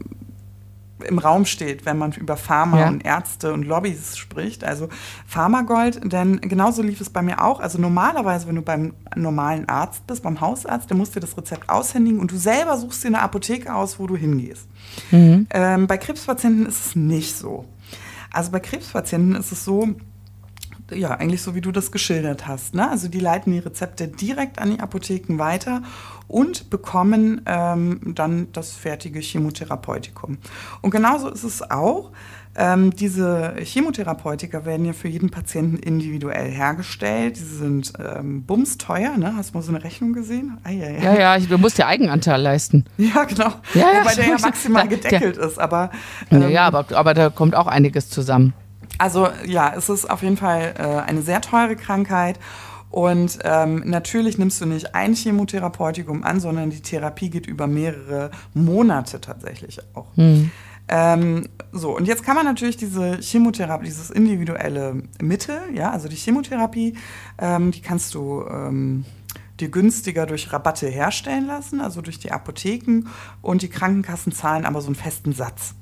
im Raum steht, wenn man über Pharma ja. und Ärzte und Lobbys spricht. Also Pharmagold, denn genauso lief es bei mir auch. Also normalerweise, wenn du beim normalen Arzt bist, beim Hausarzt, der muss dir das Rezept aushändigen und du selber suchst dir eine Apotheke aus, wo du hingehst. Mhm. Ähm, bei Krebspatienten ist es nicht so. Also bei Krebspatienten ist es so, ja, eigentlich so, wie du das geschildert hast. Ne? Also die leiten die Rezepte direkt an die Apotheken weiter und bekommen ähm, dann das fertige Chemotherapeutikum. Und genauso ist es auch. Ähm, diese Chemotherapeutika werden ja für jeden Patienten individuell hergestellt. Die sind ähm, bumsteuer. Ne? Hast du mal so eine Rechnung gesehen? Ah, ja, ja. ja, ja, ich, du musst ja Eigenanteil leisten. Ja, genau. Ja, ja, wobei der ja maximal gedeckelt der, ist. Aber, ähm, ja, aber, aber da kommt auch einiges zusammen. Also ja, es ist auf jeden Fall äh, eine sehr teure Krankheit. Und ähm, natürlich nimmst du nicht ein Chemotherapeutikum an, sondern die Therapie geht über mehrere Monate tatsächlich auch. Hm. Ähm, so, und jetzt kann man natürlich diese Chemotherapie, dieses individuelle Mittel, ja, also die Chemotherapie, ähm, die kannst du ähm, dir günstiger durch Rabatte herstellen lassen, also durch die Apotheken, und die Krankenkassen zahlen aber so einen festen Satz.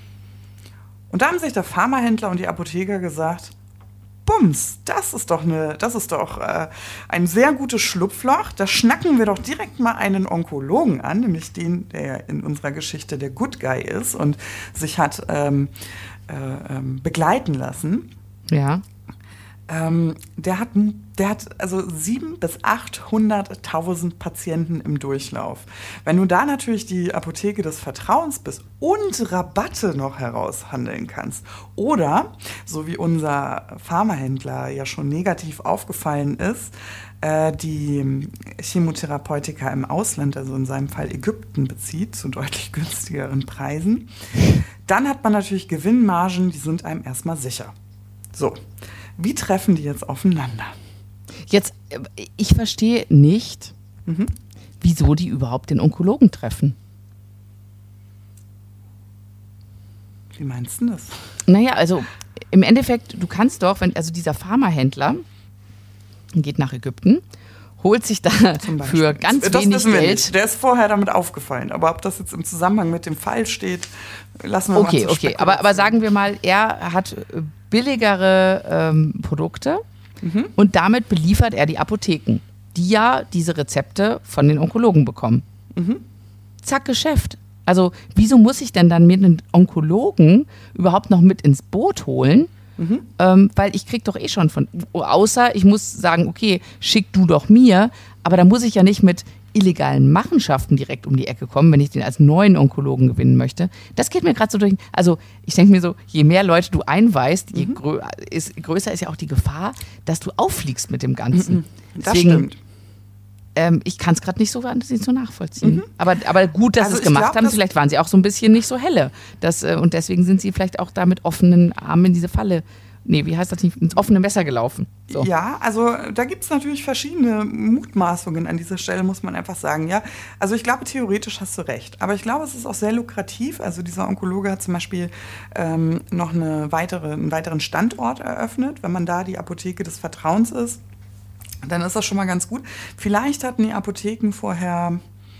Und da haben sich der Pharmahändler und die Apotheker gesagt, Bums, das ist doch, eine, das ist doch äh, ein sehr gutes Schlupfloch. Da schnacken wir doch direkt mal einen Onkologen an, nämlich den, der in unserer Geschichte der Good Guy ist und sich hat ähm, äh, ähm, begleiten lassen. Ja. Ähm, der hat, der hat also sieben bis achthunderttausend Patienten im Durchlauf. Wenn du da natürlich die Apotheke des Vertrauens bist und Rabatte noch heraushandeln kannst oder, so wie unser Pharmahändler ja schon negativ aufgefallen ist, äh, die Chemotherapeutika im Ausland, also in seinem Fall Ägypten, bezieht zu deutlich günstigeren Preisen, dann hat man natürlich Gewinnmargen, die sind einem erstmal sicher. So. Wie treffen die jetzt aufeinander? Jetzt, ich verstehe nicht, mhm. wieso die überhaupt den Onkologen treffen. Wie meinst du das? Naja, also im Endeffekt, du kannst doch, wenn, also dieser Pharmahändler geht nach Ägypten, holt sich da für ganz das wenig wissen wir Geld. Nicht. Der ist vorher damit aufgefallen. Aber ob das jetzt im Zusammenhang mit dem Fall steht, lassen wir okay, mal so Okay, okay. Aber, aber sagen wir mal, er hat billigere ähm, Produkte mhm. und damit beliefert er die Apotheken, die ja diese Rezepte von den Onkologen bekommen. Mhm. Zack, Geschäft. Also wieso muss ich denn dann mir einen Onkologen überhaupt noch mit ins Boot holen? Mhm. Ähm, weil ich krieg doch eh schon von, außer ich muss sagen, okay, schick du doch mir, aber da muss ich ja nicht mit illegalen Machenschaften direkt um die Ecke kommen, wenn ich den als neuen Onkologen gewinnen möchte. Das geht mir gerade so durch. Also ich denke mir so, je mehr Leute du einweist, je mhm. grö- ist, größer ist ja auch die Gefahr, dass du auffliegst mit dem Ganzen. Mhm. Das Deswegen, stimmt. Ähm, ich kann es gerade nicht so, nicht so nachvollziehen. Mhm. Aber, aber gut, dass also sie es gemacht glaub, haben. Vielleicht waren sie auch so ein bisschen nicht so helle. Das, äh, und deswegen sind sie vielleicht auch da mit offenen Armen in diese Falle, nee, wie heißt das nicht, ins offene Messer gelaufen. So. Ja, also da gibt es natürlich verschiedene Mutmaßungen an dieser Stelle, muss man einfach sagen. Ja, also ich glaube, theoretisch hast du recht. Aber ich glaube, es ist auch sehr lukrativ. Also dieser Onkologe hat zum Beispiel ähm, noch eine weitere, einen weiteren Standort eröffnet. Wenn man da die Apotheke des Vertrauens ist, dann ist das schon mal ganz gut. Vielleicht hatten die Apotheken vorher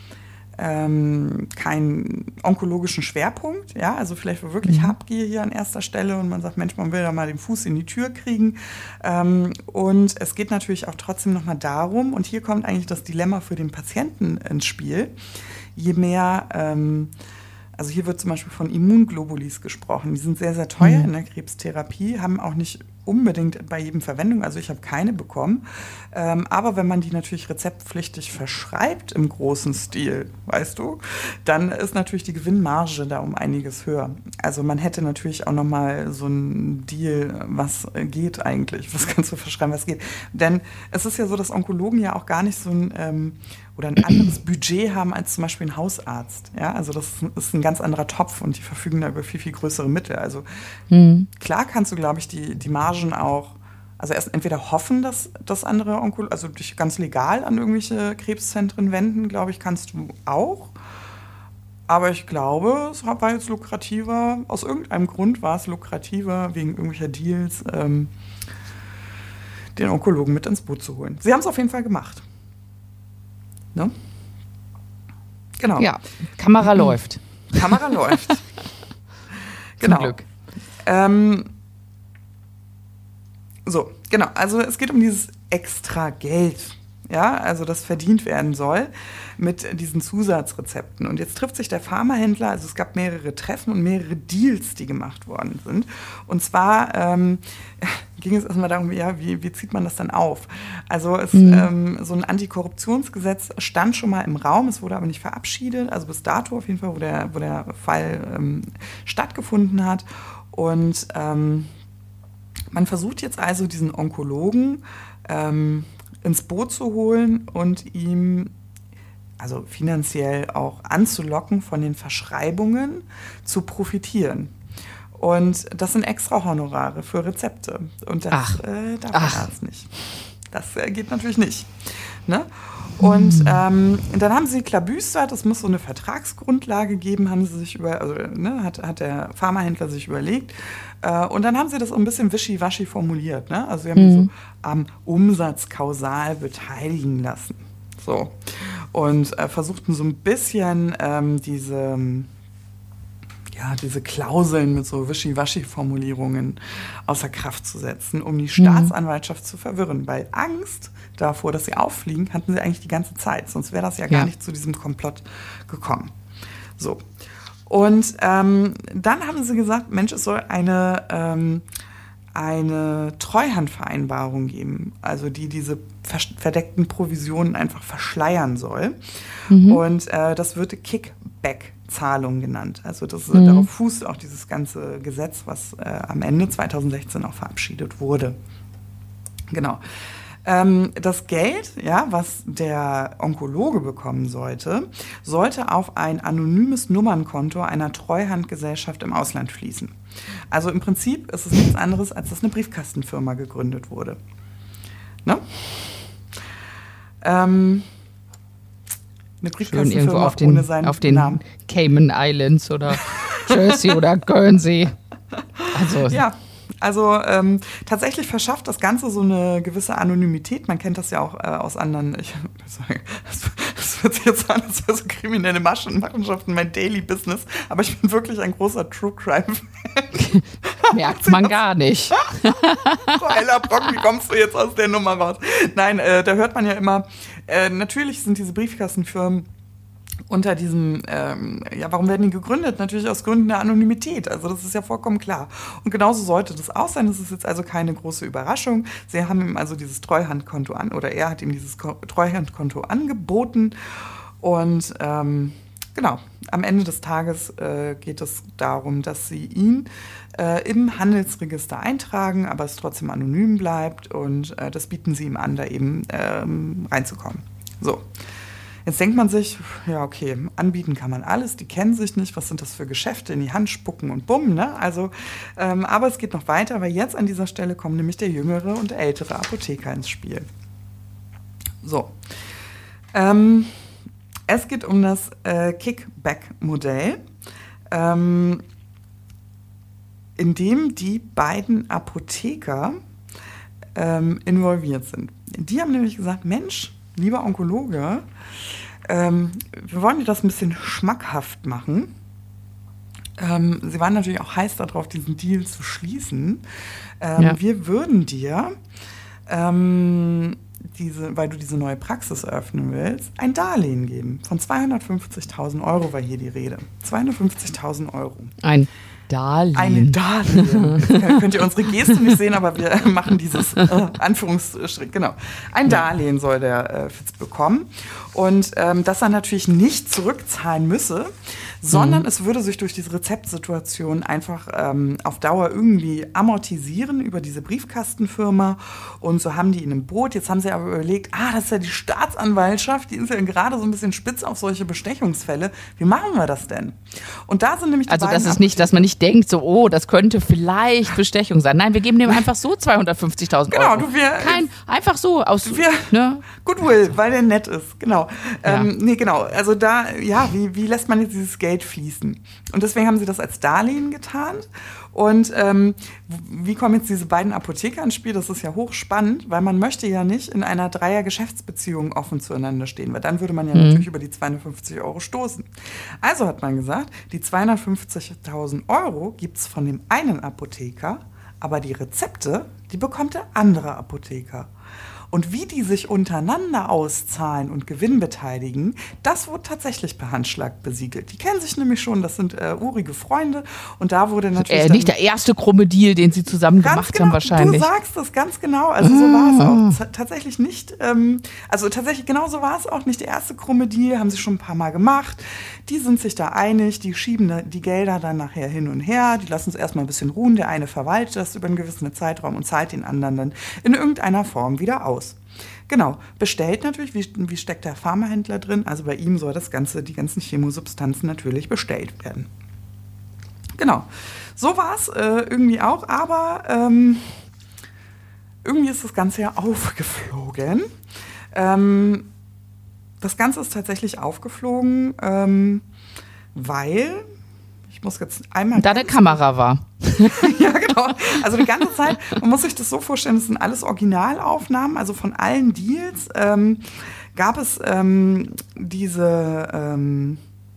ähm, keinen onkologischen Schwerpunkt. Ja? Also vielleicht war wirklich mhm. Habgier hier an erster Stelle und man sagt, Mensch, man will ja mal den Fuß in die Tür kriegen. Ähm, und es geht natürlich auch trotzdem nochmal darum, und hier kommt eigentlich das Dilemma für den Patienten ins Spiel, je mehr... Ähm, Also hier wird zum Beispiel von Immunglobulis gesprochen. Die sind sehr, sehr teuer mhm. in der Krebstherapie, haben auch nicht unbedingt bei jedem Verwendung. Also ich habe keine bekommen. Ähm, aber wenn man die natürlich rezeptpflichtig verschreibt im großen Stil, weißt du, dann ist natürlich die Gewinnmarge da um einiges höher. Also man hätte natürlich auch nochmal so ein Deal, was geht eigentlich, was kannst du verschreiben, was geht. Denn es ist ja so, dass Onkologen ja auch gar nicht so ein... Ähm, oder ein anderes Budget haben als zum Beispiel ein Hausarzt. Ja, also das ist ein ganz anderer Topf und die verfügen da über viel, viel größere Mittel. Also mhm. klar kannst du, glaube ich, die, die Margen auch, also erst entweder hoffen, dass, dass andere Onkologen, also dich ganz legal an irgendwelche Krebszentren wenden, glaube ich, kannst du auch. Aber ich glaube, es war jetzt lukrativer, aus irgendeinem Grund war es lukrativer, wegen irgendwelcher Deals, ähm, den Onkologen mit ins Boot zu holen. Sie haben es auf jeden Fall gemacht. Ne? Genau. Ja, Kamera mhm. läuft. Kamera läuft. Genau. Zum Glück. Ähm, so, genau. Also es geht um dieses extra Geld, ja, also das verdient werden soll mit diesen Zusatzrezepten. Und jetzt trifft sich der Pharmahändler, also es gab mehrere Treffen und mehrere Deals, die gemacht worden sind. Und zwar ähm, ging es erstmal darum, ja, wie, wie zieht man das dann auf? Also es, mhm. ähm, so ein Antikorruptionsgesetz stand schon mal im Raum, es wurde aber nicht verabschiedet, also bis dato auf jeden Fall, wo der, wo der Fall ähm, stattgefunden hat. Und ähm, man versucht jetzt also diesen Onkologen ähm, ins Boot zu holen und ihm also finanziell auch anzulocken, von den Verschreibungen zu profitieren. Und das sind extra Honorare für Rezepte. Und das äh, darf der Arzt nicht. Das äh, geht natürlich nicht. Ne? Und mhm. ähm, dann haben sie klabüstert, es muss so eine Vertragsgrundlage geben, haben sie sich über, also ne, hat, hat der Pharmahändler sich überlegt. Äh, und dann haben sie das so ein bisschen wischiwaschi formuliert. Ne? Also sie haben mhm. so am Umsatz kausal beteiligen lassen. So. Und äh, versuchten so ein bisschen ähm, diese, ja, diese Klauseln mit so Wischiwaschi-Formulierungen außer Kraft zu setzen, um die Staatsanwaltschaft mhm. zu verwirren. Weil Angst davor, dass sie auffliegen, hatten sie eigentlich die ganze Zeit. Sonst wäre das ja, ja gar nicht zu diesem Komplott gekommen. So. Und ähm, dann haben sie gesagt, Mensch, es soll eine... Ähm, eine Treuhandvereinbarung geben, also die diese verdeckten Provisionen einfach verschleiern soll. Mhm. Und äh, das wird Kickback-Zahlung genannt. Also das, mhm. darauf fußt auch dieses ganze Gesetz, was äh, am Ende zweitausendsechzehn auch verabschiedet wurde. Genau. Ähm, das Geld, ja, was der Onkologe bekommen sollte, sollte auf ein anonymes Nummernkonto einer Treuhandgesellschaft im Ausland fließen. Also im Prinzip ist es nichts anderes, als dass eine Briefkastenfirma gegründet wurde. Ne? Ähm, eine Briefkastenfirma auf den, ohne seinen auf den Namen. Cayman Islands oder Jersey oder Guernsey. Also ja. Also ähm, tatsächlich verschafft das Ganze so eine gewisse Anonymität. Man kennt das ja auch äh, aus anderen, ich sage, das wird sich jetzt an, als wäre so kriminelle Maschen, Machenschaften mein Daily Business, aber ich bin wirklich ein großer True Crime-Fan. Merkt man gar nicht. So, Ella Brock, wie kommst du jetzt aus der Nummer raus? Nein, äh, da hört man ja immer, äh, natürlich sind diese Briefkastenfirmen unter diesem, ähm, ja, warum werden die gegründet? Natürlich aus Gründen der Anonymität. Also das ist ja vollkommen klar. Und genauso sollte das auch sein. Das ist jetzt also keine große Überraschung. Sie haben ihm also dieses Treuhandkonto an, oder er hat ihm dieses Treuhandkonto angeboten. Und ähm, genau, am Ende des Tages äh, geht es darum, dass sie ihn äh, im Handelsregister eintragen, aber es trotzdem anonym bleibt. Und äh, das bieten sie ihm an, da eben ähm, reinzukommen. So. Jetzt denkt man sich, ja okay, anbieten kann man alles, die kennen sich nicht, was sind das für Geschäfte, in die Hand spucken und bumm, ne? Also, ähm, aber es geht noch weiter, weil jetzt an dieser Stelle kommen nämlich der jüngere und der ältere Apotheker ins Spiel. So, ähm, es geht um das äh, Kickback-Modell, ähm, in dem die beiden Apotheker ähm, involviert sind. Die haben nämlich gesagt, Mensch, lieber Onkologe, ähm, wir wollen dir das ein bisschen schmackhaft machen. Ähm, sie waren natürlich auch heiß darauf, diesen Deal zu schließen. Ähm, ja. Wir würden dir, ähm, diese, weil du diese neue Praxis eröffnen willst, ein Darlehen geben. Von zweihundertfünfzigtausend Euro war hier die Rede. zweihundertfünfzigtausend Euro. Ein Darlehen. Ein Darlehen. Jetzt könnt ihr unsere Geste nicht sehen, aber wir machen dieses äh, Anführungsstrich. Genau. Ein Darlehen soll der äh, Fitz bekommen. Und ähm, dass er natürlich nicht zurückzahlen müsse, sondern mhm. es würde sich durch diese Rezeptsituation einfach ähm, auf Dauer irgendwie amortisieren über diese Briefkastenfirma. Und so haben die ihn im Boot. Jetzt haben sie aber überlegt, ah, das ist ja die Staatsanwaltschaft, die ist ja gerade so ein bisschen spitz auf solche Bestechungsfälle. Wie machen wir das denn? Und da sind nämlich die Also beiden das ist nicht, dass man nicht denkt, so, oh, das könnte vielleicht Bestechung sein. Nein, wir geben dem einfach so zweihundertfünfzigtausend Euro. Genau, du, wir, Kein, einfach so aus wir, ne? Goodwill, weil der nett ist, genau. Ja. Ähm, nee, genau, also da, ja, wie, wie lässt man jetzt dieses Geld fließen? Und deswegen haben sie das als Darlehen getan. Und ähm, wie kommen jetzt diese beiden Apotheker ins Spiel? Das ist ja hochspannend, weil man möchte ja nicht in einer Dreier-Geschäftsbeziehung offen zueinander stehen, weil dann würde man ja mhm. natürlich über die zweihundertfünfzig Euro stoßen. Also hat man gesagt, die zweihundertfünfzigtausend Euro gibt es von dem einen Apotheker, aber die Rezepte, die bekommt der andere Apotheker. Und wie die sich untereinander auszahlen und Gewinn beteiligen, das wurde tatsächlich per Handschlag besiegelt. Die kennen sich nämlich schon, das sind äh, urige Freunde. Und da wurde natürlich. Äh, nicht der erste krumme Deal, den sie zusammen gemacht genau, haben, wahrscheinlich. Du sagst das ganz genau. Also so war es auch. Z- tatsächlich nicht. Ähm, also tatsächlich genau so war es auch. Nicht der erste krumme Deal, haben sie schon ein paar Mal gemacht. Die sind sich da einig, die schieben da die Gelder dann nachher hin und her. Die lassen es erstmal ein bisschen ruhen. Der eine verwaltet das über einen gewissen Zeitraum und zahlt den anderen dann in irgendeiner Form wieder aus. Genau, bestellt natürlich, wie, wie steckt der Pharmahändler drin? Also bei ihm soll das Ganze, die ganzen Chemosubstanzen natürlich bestellt werden. Genau, so war es äh, irgendwie auch, aber ähm, irgendwie ist das Ganze ja aufgeflogen. Ähm, das Ganze ist tatsächlich aufgeflogen, ähm, weil... Ich muss jetzt einmal. Da eine Kamera war. Ja, genau. Also die ganze Zeit, man muss sich das so vorstellen, das sind alles Originalaufnahmen, also von allen Deals ähm, gab es ähm, diese, ähm,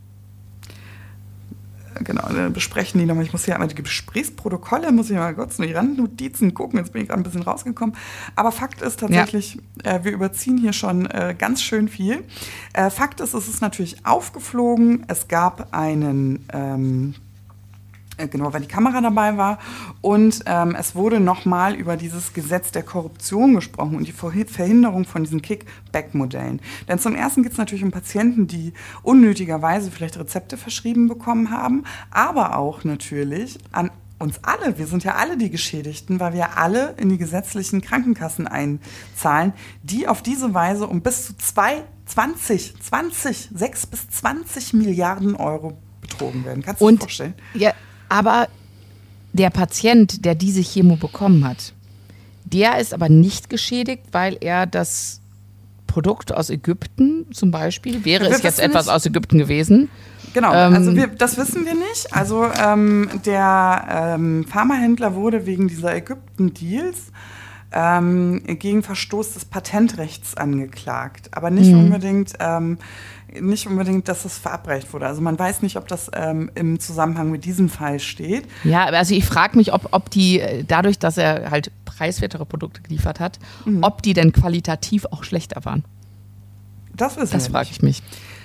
genau, besprechen die nochmal, ich muss hier einmal die Gesprächsprotokolle, muss ich mal kurz nur die Randnotizen gucken, jetzt bin ich gerade ein bisschen rausgekommen. Aber Fakt ist tatsächlich, ja. äh, wir überziehen hier schon äh, ganz schön viel. Äh, Fakt ist, es ist natürlich aufgeflogen, es gab einen, ähm, genau, weil die Kamera dabei war. Und ähm, es wurde nochmal über dieses Gesetz der Korruption gesprochen und die Verhinderung von diesen Kickback-Modellen. Denn zum Ersten geht es natürlich um Patienten, die unnötigerweise vielleicht Rezepte verschrieben bekommen haben, aber auch natürlich an uns alle. Wir sind ja alle die Geschädigten, weil wir alle in die gesetzlichen Krankenkassen einzahlen, die auf diese Weise um bis zu zwei, zwanzig, zwanzig, sechs bis zwanzig Milliarden Euro betrogen werden. Kannst du dir vorstellen? Ja, aber der Patient, der diese Chemo bekommen hat, der ist aber nicht geschädigt, weil er das Produkt aus Ägypten zum Beispiel, wäre es jetzt etwas aus Ägypten gewesen. Genau, ähm, also wir, das wissen wir nicht. Also ähm, der ähm, Pharmahändler wurde wegen dieser Ägypten-Deals ähm, gegen Verstoß des Patentrechts angeklagt, aber nicht mhm. unbedingt... Ähm, Nicht unbedingt, dass das verabreicht wurde. Also man weiß nicht, ob das ähm, im Zusammenhang mit diesem Fall steht. Ja, also ich frage mich, ob, ob die, dadurch, dass er halt preiswertere Produkte geliefert hat, mhm. ob die denn qualitativ auch schlechter waren. Das wissen Das wir frage nicht. ich mich.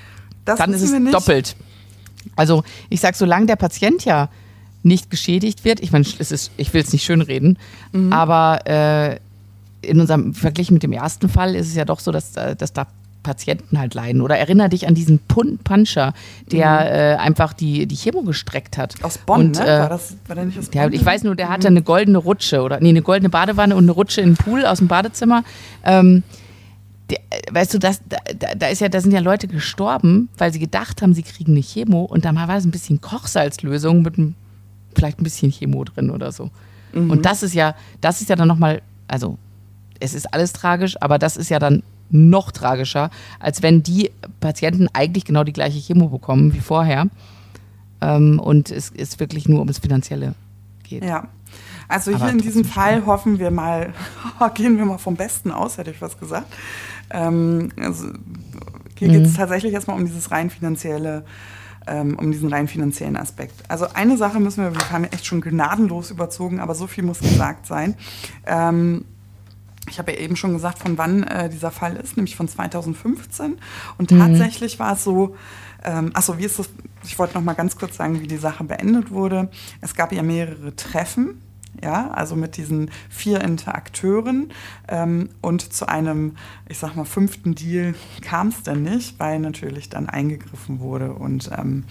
Das Dann ist wissen es wir nicht. doppelt. Also ich sage, solange der Patient ja nicht geschädigt wird, ich meine, es ist, ich will es nicht schönreden, Mhm. aber äh, in unserem Vergleich mit dem ersten Fall ist es ja doch so, dass, äh, dass da Patienten halt leiden. Oder erinnere dich an diesen Pun- Puncher, der Mhm. äh, einfach die, die Chemo gestreckt hat. Aus Bonn, Und, ne? äh, War, das, war der nicht aus Der, Bonn? ich weiß nur, der hatte eine goldene Rutsche oder nee, eine goldene Badewanne und eine Rutsche in den Pool aus dem Badezimmer. Ähm, der, weißt du, das, da, da, ist ja, da sind ja Leute gestorben, weil sie gedacht haben, sie kriegen eine Chemo und dann war es ein bisschen Kochsalzlösung mit einem, vielleicht ein bisschen Chemo drin oder so. Mhm. Und das ist ja, das ist ja dann nochmal, also es ist alles tragisch, aber das ist ja dann noch tragischer, als wenn die Patienten eigentlich genau die gleiche Chemo bekommen wie vorher. Ähm, und es ist wirklich nur ums Finanzielle geht. Ja, also Aber hier in diesem trotzdem Fall hoffen wir mal, gehen wir mal vom Besten aus, hätte ich was gesagt. Ähm, also hier Mhm. geht es tatsächlich erstmal um dieses rein finanzielle, ähm, um diesen rein finanziellen Aspekt. Also eine Sache müssen wir, wir haben ja echt schon gnadenlos überzogen, aber so viel muss gesagt sein. Ähm, Ich habe ja eben schon gesagt, von wann äh, dieser Fall ist, nämlich von zweitausendfünfzehn. Und tatsächlich war es so, ähm, achso, wie ist das? Ich wollte noch mal ganz kurz sagen, wie die Sache beendet wurde. Es gab ja mehrere Treffen, ja, also mit diesen vier Interakteuren. Ähm, und zu einem, ich sag mal, fünften Deal kam es dann nicht, weil natürlich dann eingegriffen wurde und ähm,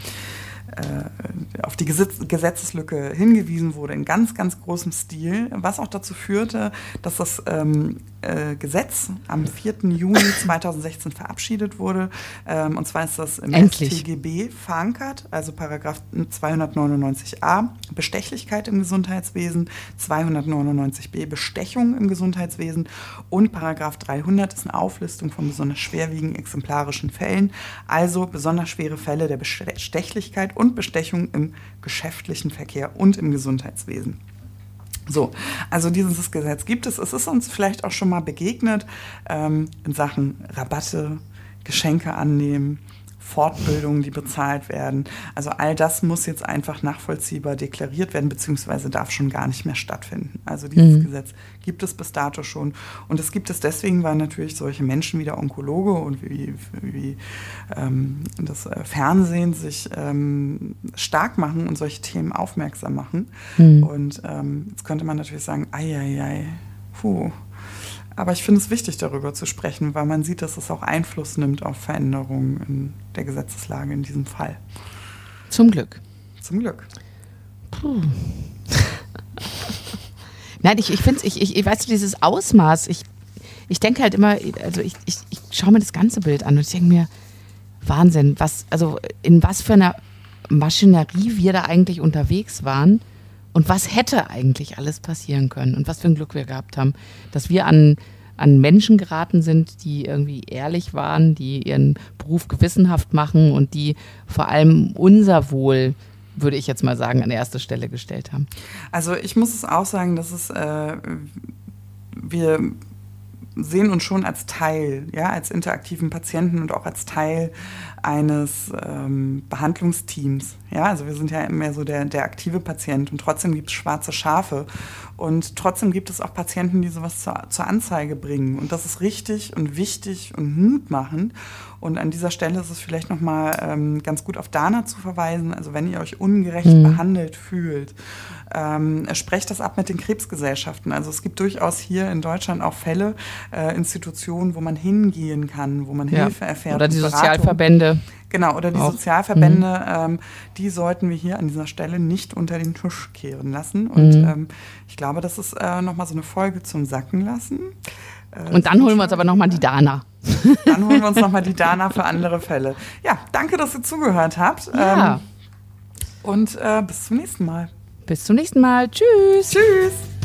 äh, auf die Gesetz- Gesetzeslücke hingewiesen wurde in ganz, ganz großem Stil, was auch dazu führte, dass das ähm, äh, Gesetz am vierten Juni zweitausendsechzehn verabschiedet wurde. Ähm, und zwar ist das im Endlich. S T G B verankert, also Paragraph zweihundertneunundneunzig a, Bestechlichkeit im Gesundheitswesen, zweihundertneunundneunzig b, Bestechung im Gesundheitswesen und Paragraph dreihundert ist eine Auflistung von besonders schwerwiegenden exemplarischen Fällen, also besonders schwere Fälle der Bestechlichkeit und Bestechung im geschäftlichen Verkehr und im Gesundheitswesen. So, also dieses Gesetz gibt es. Es ist uns vielleicht auch schon mal begegnet ähm, in Sachen Rabatte, Geschenke annehmen, Fortbildungen, die bezahlt werden. Also all das muss jetzt einfach nachvollziehbar deklariert werden, beziehungsweise darf schon gar nicht mehr stattfinden. Also dieses Mhm. Gesetz gibt es bis dato schon. Und es gibt es deswegen, weil natürlich solche Menschen wie der Onkologe und wie, wie ähm, das äh, Fernsehen sich ähm, stark machen und solche Themen aufmerksam machen. Mhm. Und ähm, jetzt könnte man natürlich sagen, ei, ei, ei, puh. Aber ich finde es wichtig, darüber zu sprechen, weil man sieht, dass es auch Einfluss nimmt auf Veränderungen in der Gesetzeslage in diesem Fall. Zum Glück. Zum Glück. Puh. Nein, ich, ich finde, ich, ich, ich weißt du, dieses Ausmaß, ich, ich denke halt immer, also ich, ich, ich schaue mir das ganze Bild an und ich denke mir, Wahnsinn, was, also in was für einer Maschinerie wir da eigentlich unterwegs waren und was hätte eigentlich alles passieren können und was für ein Glück wir gehabt haben, dass wir an, an Menschen geraten sind, die irgendwie ehrlich waren, die ihren Beruf gewissenhaft machen und die vor allem unser Wohl, würde ich jetzt mal sagen, an erste Stelle gestellt haben. Also ich muss es auch sagen, dass es, äh, wir sehen uns schon als Teil, ja, als interaktiven Patienten und auch als Teil eines ähm, Behandlungsteams. Ja, also wir sind ja mehr so der, der aktive Patient und trotzdem gibt es schwarze Schafe und trotzdem gibt es auch Patienten, die sowas zur, zur Anzeige bringen und das ist richtig und wichtig und mutmachend. Und an dieser Stelle ist es vielleicht nochmal ähm, ganz gut auf Dana zu verweisen. Also wenn ihr euch ungerecht mhm. behandelt fühlt, ähm, sprecht das ab mit den Krebsgesellschaften. Also es gibt durchaus hier in Deutschland auch Fälle, äh, Institutionen, wo man hingehen kann, wo man ja. Hilfe erfährt. Oder die Beratung. Sozialverbände. Genau, oder die auch. Sozialverbände, mhm. ähm, die sollten wir hier an dieser Stelle nicht unter den Tisch kehren lassen. Und mhm. ähm, ich glaube, das ist äh, nochmal so eine Folge zum Sacken lassen. Äh, Und dann holen wir uns aber nochmal die Dana. Dann holen wir uns nochmal die Dana für andere Fälle. Ja, danke, dass ihr zugehört habt. Ja. Ähm, und äh, bis zum nächsten Mal. Bis zum nächsten Mal. Tschüss. Tschüss.